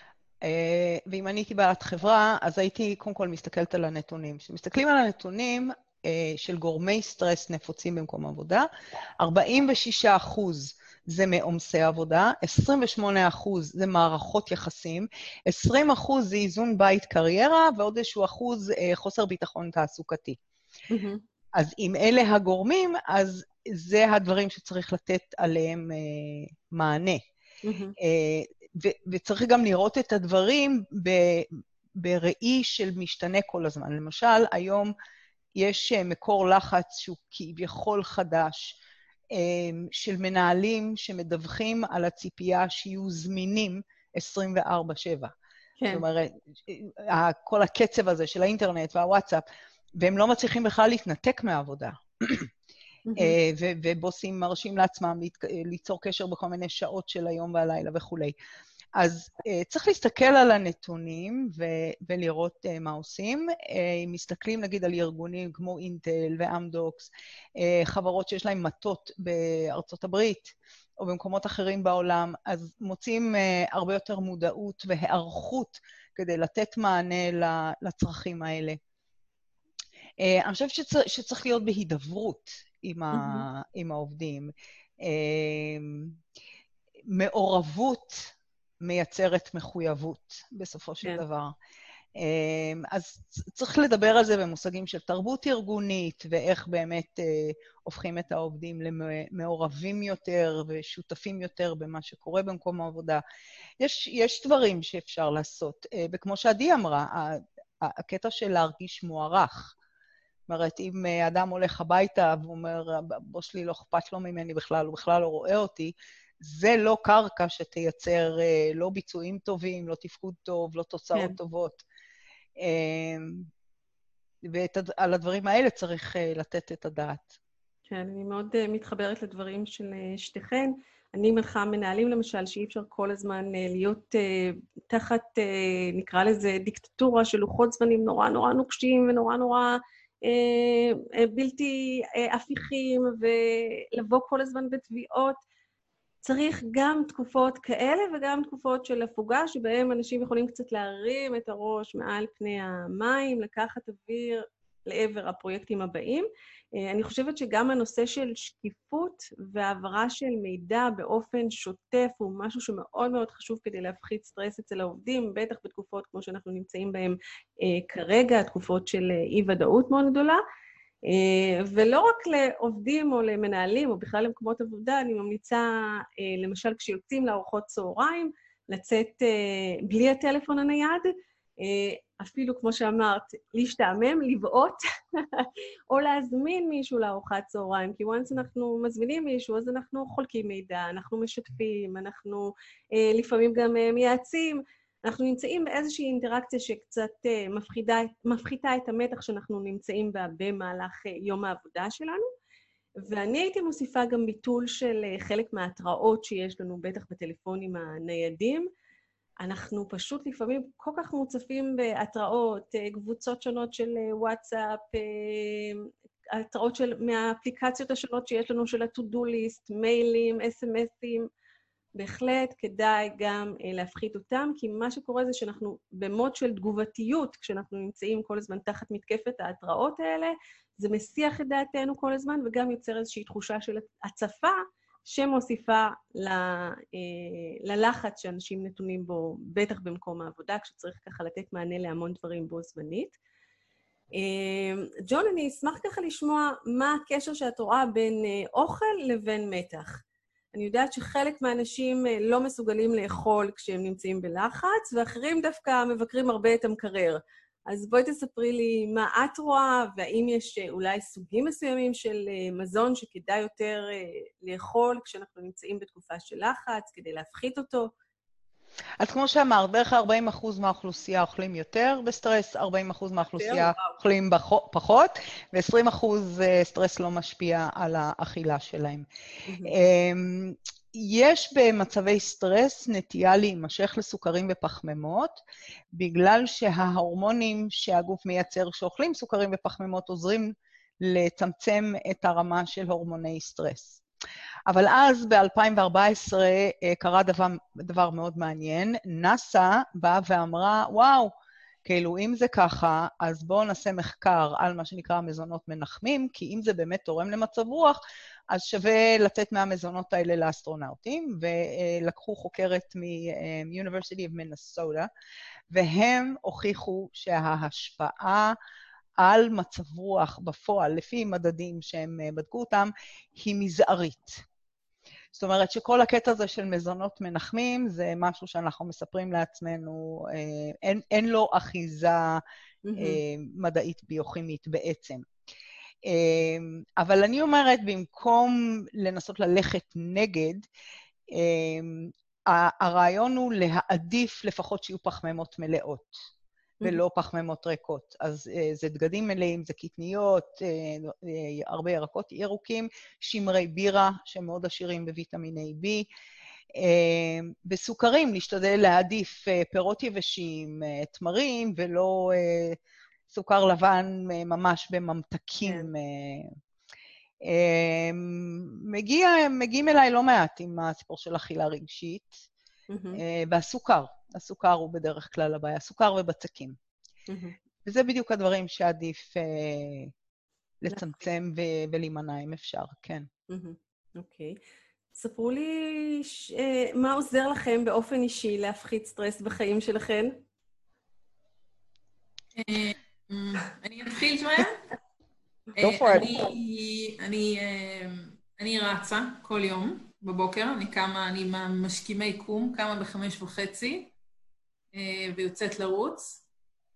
ואם אני הייתי בעלת חברה, אז הייתי קודם כל מסתכלת על הנתונים. כשמסתכלים על הנתונים של גורמי סטרס נפוצים במקום עבודה, ארבעים ושישה אחוז זה מעומסי עבודה, עשרים ושמונה אחוז זה מערכות יחסים, עשרים אחוז זה איזון בית קריירה, ועוד איזשהו אחוז חוסר ביטחון תעסוקתי. אז אם אלה הגורמים, אז זה הדברים שצריך לתת עליהם אה, מענה. אה, ו- וצריך גם לראות את הדברים ב- בראי של משתנה כל הזמן. למשל, היום יש מקור לחץ שהוא כביכול חדש, אה, של מנהלים שמדווחים על הציפייה שיהיו זמינים עשרים וארבע שבע. כן. זאת אומרת, כל הקצב הזה של האינטרנט והוואטסאפ, והם לא מצליחים בכלל להתנתק מהעבודה. ובוסים מרשים לעצמם ליצור קשר בכל מיני שעות של היום והלילה וכו'. אז צריך להסתכל על הנתונים ולראות מה עושים. אם מסתכלים נגיד על ארגונים כמו אינטל ואמדוקס, חברות שיש להם מטות בארצות הברית או במקומות אחרים בעולם, אז מוצאים הרבה יותר מודעות והיערכות כדי לתת מענה לצרכים האלה. אני חושבת שצריך, שצריך להיות בהידברות עם, ה, mm-hmm. עם העובדים. מעורבות מייצרת מחויבות בסופו של yeah. דבר. אז צריך לדבר על זה במושגים של תרבות ארגונית, ואיך באמת הופכים את העובדים למעורבים יותר ושותפים יותר במה שקורה במקום העבודה. יש, יש דברים שאפשר לעשות, וכמו שעדי אמרה, הקטע של להרגיש מוערך, זאת אומרת, אם אדם הולך הביתה ואומר, בוס שלי לא אכפת לו ממני בכלל, הוא בכלל לא רואה אותי, זה לא קרקע שתייצר לא ביצועים טובים, לא תפקוד טוב, לא תוצאות כן. טובות. ועל הדברים האלה צריך לתת את הדעת. כן, אני מאוד מתחברת לדברים של שתיכן. אני מנחה מנהלים למשל, שאי אפשר כל הזמן להיות תחת, נקרא לזה, דיקטטורה של לוחות זמנים נורא נורא נוקשים ונורא נורא בלתי הפיכים, ולבוא כל הזמן בתביעות. צריך גם תקופות כאלה וגם תקופות של הפוגה, שבהם אנשים יכולים קצת להרים את הראש מעל פני המים, לקחת אוויר לעבר הפרויקטים הבאים. אני חושבת שגם הנושא של שקיפות והעברה של מידע באופן שוטף הוא משהו שמאוד מאוד חשוב כדי להפחית סטרס אצל העובדים, בטח בתקופות כמו שאנחנו נמצאים בהן כרגע, תקופות של אי-ודאות מאוד גדולה. ולא רק לעובדים או למנהלים או בכלל למקומות עבודה, אני ממליצה, למשל כשיוצאים לארוחות צהריים, לצאת בלי הטלפון הנייד, אפילו כמו שאמרת, להשתעמם, לבעוט, או להזמין מישהו לארוחת צהריים, כי once אנחנו מזמינים מישהו, אז אנחנו חולקים מידע, אנחנו משתפים, אנחנו לפעמים גם מייעצים, אנחנו נמצאים באיזושהי אינטראקציה שקצת מפחידה, מפחיתה את המתח שאנחנו נמצאים בה במהלך יום העבודה שלנו, ואני הייתי מוסיפה גם ביטול של חלק מההתראות שיש לנו, בטח בטלפונים הניידים. אנחנו פשוט לפעמים כל כך מוצפים בהתראות, קבוצות שונות של וואטסאפ, התראות של, מהאפליקציות השונות שיש לנו של ה-to-do list, מיילים, אס אם אסים, בהחלט כדאי גם אה, להפחית אותם, כי מה שקורה זה שאנחנו במוד של תגובתיות, כשאנחנו נמצאים כל הזמן תחת מתקפת ההתראות האלה, זה מסיח את דעתנו כל הזמן, וגם יוצר איזושהי תחושה של הצפה, שמוסיפה ל, אה, ללחץ שאנשים נתונים בו, בטח במקום העבודה, כשצריך ככה לתת מענה להמון דברים בו זמנית. אה, ג'ון, אני אשמח ככה לשמוע מה הקשר שאת רואה בין אה, אוכל לבין מתח. אני יודעת שחלק מהאנשים לא מסוגלים לאכול כשהם נמצאים בלחץ, ואחרים דווקא מבקרים הרבה את המקרר. אז בואי תספרי לי מה את רואה, והאם יש אולי סוגים מסוימים של מזון שכדאי יותר לאכול כשאנחנו נמצאים בתקופה של לחץ, כדי להפחית אותו. אז כמו שאמרת, בערך ארבעים אחוז מהאוכלוסייה אוכלים יותר בסטרס, ארבעים אחוז מהאוכלוסייה אוכלים פחות, ו-עשרים אחוז סטרס לא משפיע על האכילה שלהם. יש במצבי סטרס נטייה להימשך לסוכרים ופחמימות, בגלל שההורמונים שהגוף מייצר שאוכלים סוכרים ופחמימות עוזרים לצמצם את הרמה של הורמוני סטרס. אבל אז ב-אלפיים וארבע עשרה קרה דבר, דבר מאוד מעניין. נאסא באה ואמרה, וואו, כאילו אם זה ככה, אז בואו נעשה מחקר על מה שנקרא מזונות מנחמים, כי אם זה באמת תורם למצב רוח, אז שווה לתת מהמזונות האלה לאסטרונאוטים, ולקחו חוקרת מ-University of Minnesota, והם הוכיחו שההשפעה על מצב רוח בפועל, לפי מדדים שהם בדקו אותם, היא מזערית. זאת אומרת שכל הקטע הזה של מזונות מנחמים, זה משהו שאנחנו מספרים לעצמנו, אין, אין לו אחיזה mm-hmm. מדעית ביוכימית בעצם. אבל אני אומרת, במקום לנסות ללכת נגד, הרעיון הוא להעדיף לפחות שיהיו פחמימות מלאות. ולא פחמימות ריקות. אז זה דגדים מלאים, זה קטניות, הרבה ירקות ירוקים, שמרי בירה שמאוד עשירים בוויטמיני B, בסוכרים להשתדל להעדיף פירות יבשים, תמרים, ולא סוכר לבן ממש בממתקים. מגיע, מגיעים אליי לא מעט עם הסיפור של אכילה רגשית, והסוכר. הסוכר הוא בדרך כלל הבעיה, סוכר ובצקים. Mm-hmm. וזה בדיוק הדברים שעדיף uh, לצמצם ו- ולהימנע אם אפשר, כן. אוקיי. Mm-hmm. Okay. ספרו לי ש- uh, מה עוזר לכם באופן אישי להפחית סטרס בחיים שלכם? אני אתחיל שמיה? Go for it. אני רצה כל יום בבוקר, אני קמה, אני משכימי קום, קמה בחמש וחצי, ויוצאת לרוץ.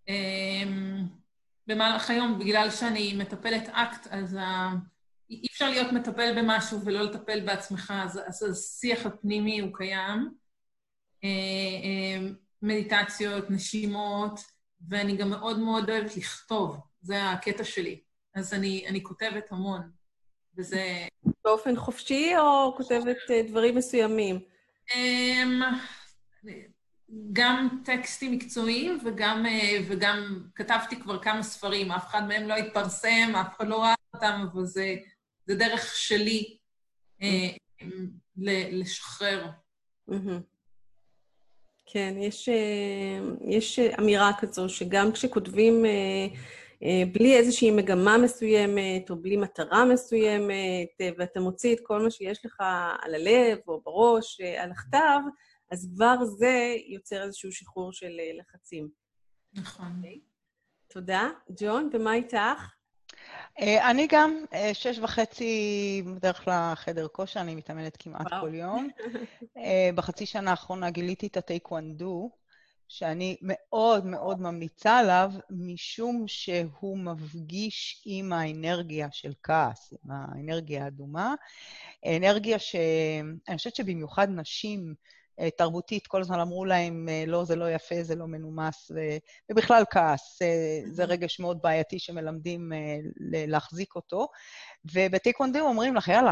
במהלך היום, בגלל שאני מטפלת אקט, אז אי אפשר להיות מטפל במשהו ולא לטפל בעצמך, אז השיח הפנימי הוא קיים. מדיטציות, נשימות, ואני גם מאוד מאוד אוהבת לכתוב, זה הקטע שלי. אז אני, אני כותבת המון, וזה... באופן חופשי או כותבת דברים מסוימים? גם טקסטים מקצועיים וגם, וגם כתבתי כבר כמה ספרים, אף אחד מהם לא התפרסם, אף אחד לא ראה אותם, אבל זה, זה דרך שלי לשחרר. כן, יש, יש אמירה כזו שגם כשכותבים בלי איזושהי מגמה מסוימת, או בלי מטרה מסוימת, ואתה מוציא את כל מה שיש לך על הלב או בראש, על הכתב, אז כבר זה יוצר איזשהו שחרור של לחצים. נכון. תודה. ג'ון, ומה איתך? אני גם שש וחצי בדרך לחדר כושר, אני מתאמנת כמעט כל יום. בחצי שנה האחרונה גיליתי את הטייקוונדו, שאני מאוד מאוד ממליצה עליו, משום שהוא מפגיש עם האנרגיה של כעס, עם האנרגיה האדומה. אנרגיה שאני חושבת שבמיוחד נשים תרבותית, כל הזמן אמרו להם, לא, זה לא יפה, זה לא מנומס, ובכלל כעס, זה רגש מאוד בעייתי שמלמדים להחזיק אותו, ובטייקוונדו אומרים לך, יאללה,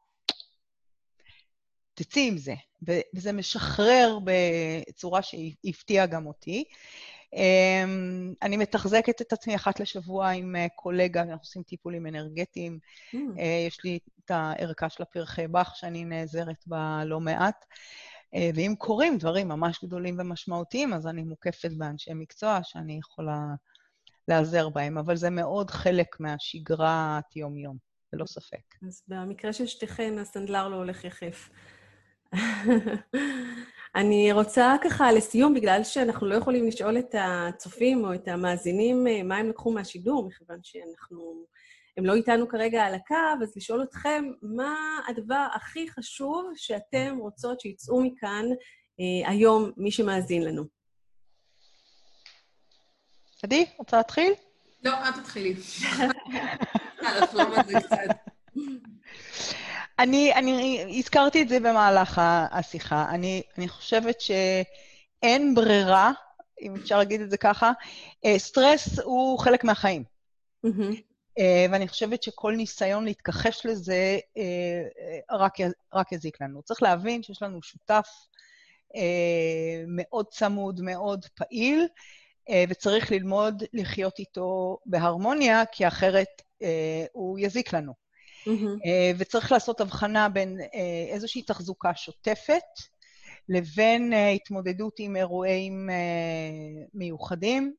תצאי עם זה, וזה משחרר בצורה שהפתיעה גם אותי. אני מתחזקת את עצמי אחת לשבוע עם קולגה, אנחנו עושים טיפולים אנרגטיים, יש לי את הערכה של הפרחי בח שאני נעזרת בה לא מעט, ואם קורים דברים ממש גדולים ומשמעותיים, אז אני מוקפת באנשי מקצוע שאני יכולה לעזר בהם, אבל זה מאוד חלק מהשגרת יום-יום, ללא ספק. אז במקרה של שתיכן, הסנדלר לא הולך יחף. אני רוצה ככה לסיום, בגלל שאנחנו לא יכולים לשאול את הצופים או את המאזינים מה הם לקחו מהשידור, מכיוון שאנחנו, הם לא איתנו כרגע על הקו, אז לשאול אתכם מה הדבר הכי חשוב שאתם רוצות שיצאו מכאן אה, היום, מי שמאזין לנו. עדי, רוצה להתחיל? לא, את תתחילי. לחלום את זה קצת. אני, אני הזכרתי את זה במהלך השיחה. אני, אני חושבת שאין ברירה, אם אפשר להגיד את זה ככה, סטרס הוא חלק מהחיים. ואני חושבת שכל ניסיון להתכחש לזה רק, רק יזיק לנו. צריך להבין שיש לנו שותף מאוד צמוד, מאוד פעיל, וצריך ללמוד לחיות איתו בהרמוניה, כי אחרת הוא יזיק לנו. Mm-hmm. וצריך לעשות הבחנה בין איזושהי תחזוקה שוטפת, לבין התמודדות עם אירועים מיוחדים,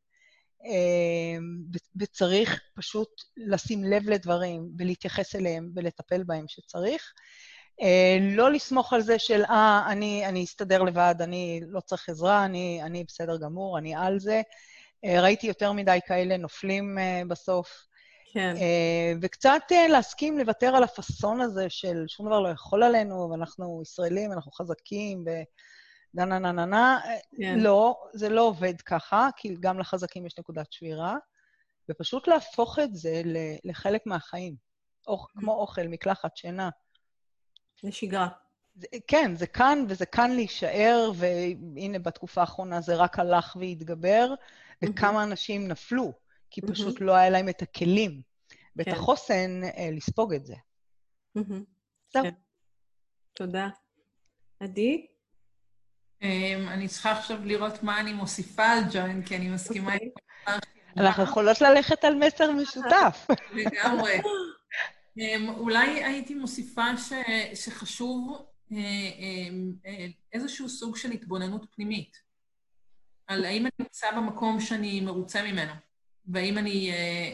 וצריך פשוט לשים לב לדברים ולהתייחס אליהם ולטפל בהם שצריך. לא לסמוך על זה של, אה, אני, אני אסתדר לבד, אני לא צריך עזרה, אני, אני בסדר גמור, אני על זה. ראיתי יותר מדי כאלה נופלים בסוף. כן. וקצת להסכים לוותר על הפסון הזה של שום דבר לא יכול עלינו, ואנחנו ישראלים, אנחנו חזקים, ודנה נה נה נה. לא, זה לא עובד ככה, כי גם לחזקים יש נקודת שבירה, ופשוט להפוך את זה לחלק מהחיים. כמו אוכל, מקלחת, שינה. לשגרה. כן, זה כאן, וזה כאן להישאר, והנה בתקופה האחרונה זה רק הלך והתגבר, וכמה אנשים נפלו. כי פשוט לא היה להם את הכלים, ואת החוסן לספוג את זה. זהו. תודה. עדי? אני צריכה עכשיו לראות מה אני מוסיפה על ג'ון, כי אני מסכימה עם כל דבר. אנחנו יכולות ללכת על מסר משותף. לגמרי. אולי הייתי מוסיפה שחשוב איזשהו סוג של התבוננות פנימית, על האם אני נמצא במקום שאני מרוצה ממנו. והאם אני,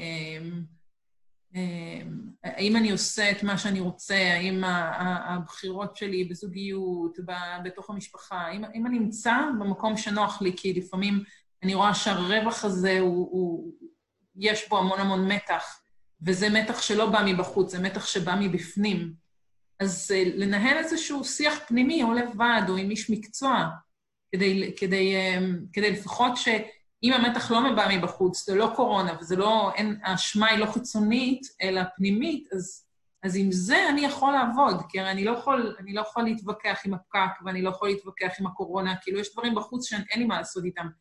האם אני עושה את מה שאני רוצה, האם הבחירות שלי בזוגיות, בתוך המשפחה, האם, האם אני נמצא במקום שנוח לי, כי לפעמים אני רואה שהרווח הזה, הוא, הוא, יש בו המון המון מתח, וזה מתח שלא בא מבחוץ, זה מתח שבא מבפנים. אז לנהל איזשהו שיח פנימי, או לבד, או עם איש מקצוע, כדי, כדי, כדי לפחות ש... אם המתח לא מבא מבחוץ, זה לא קורונה, וזה לא, אין, האשמה היא לא חיצונית, אלא פנימית, אז, אז עם זה אני יכול לעבוד, כי אני לא יכול, אני לא יכול להתווכח עם הפקק, ואני לא יכול להתווכח עם הקורונה, כאילו יש דברים בחוץ שאין לי מה לעשות איתם,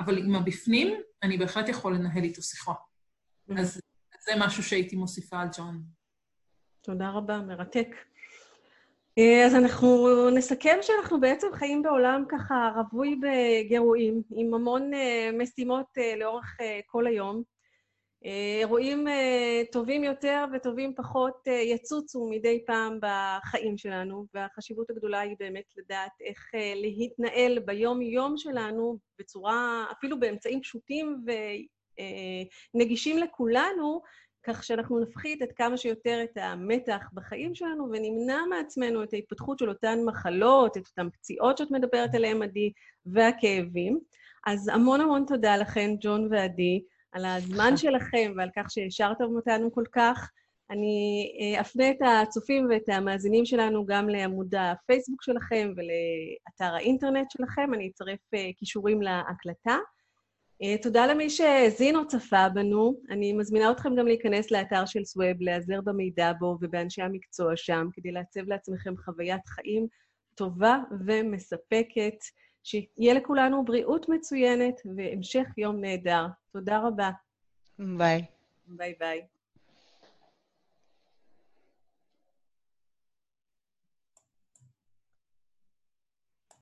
אבל עם הבפנים, אני בהחלט יכול לנהל איתו שיחה. אז זה משהו שהייתי מוסיפה על ג'ון. תודה רבה, מרתק. אז אנחנו נסכם שאנחנו בעצם חיים בעולם ככה רווי בגירויים, עם המון משימות לאורך כל היום. אירועים טובים יותר וטובים פחות יצוצו מדי פעם בחיים שלנו, והחשיבות הגדולה היא באמת לדעת איך להתנהל ביום-יום שלנו בצורה, אפילו באמצעים פשוטים ונגישים לכולנו, כך שאנחנו נפחית את כמה שיותר את המתח בחיים שלנו ונמנע מעצמנו את ההתפתחות של אותן מחלות, את אותן פציעות שאת מדברת עליהן, עדי, והכאבים. אז המון המון תודה לכם, ג'ון ועדי, על הזמן שלכם ועל כך שהשארתם אותנו כל כך. אני אפנה את הצופים ואת המאזינים שלנו גם לעמוד הפייסבוק שלכם ולאתר האינטרנט שלכם. אני אצרף קישורים להקלטה. תודה למי שהאזין או צפה בנו. אני מזמינה אתכם גם להיכנס לאתר של סווב, להיעזר במידע בו ובאנשי המקצוע שם, כדי לעצב לעצמכם חוויית חיים טובה ומספקת. שיהיה לכולנו בריאות מצוינת והמשך יום נהדר. תודה רבה. ביי. ביי ביי.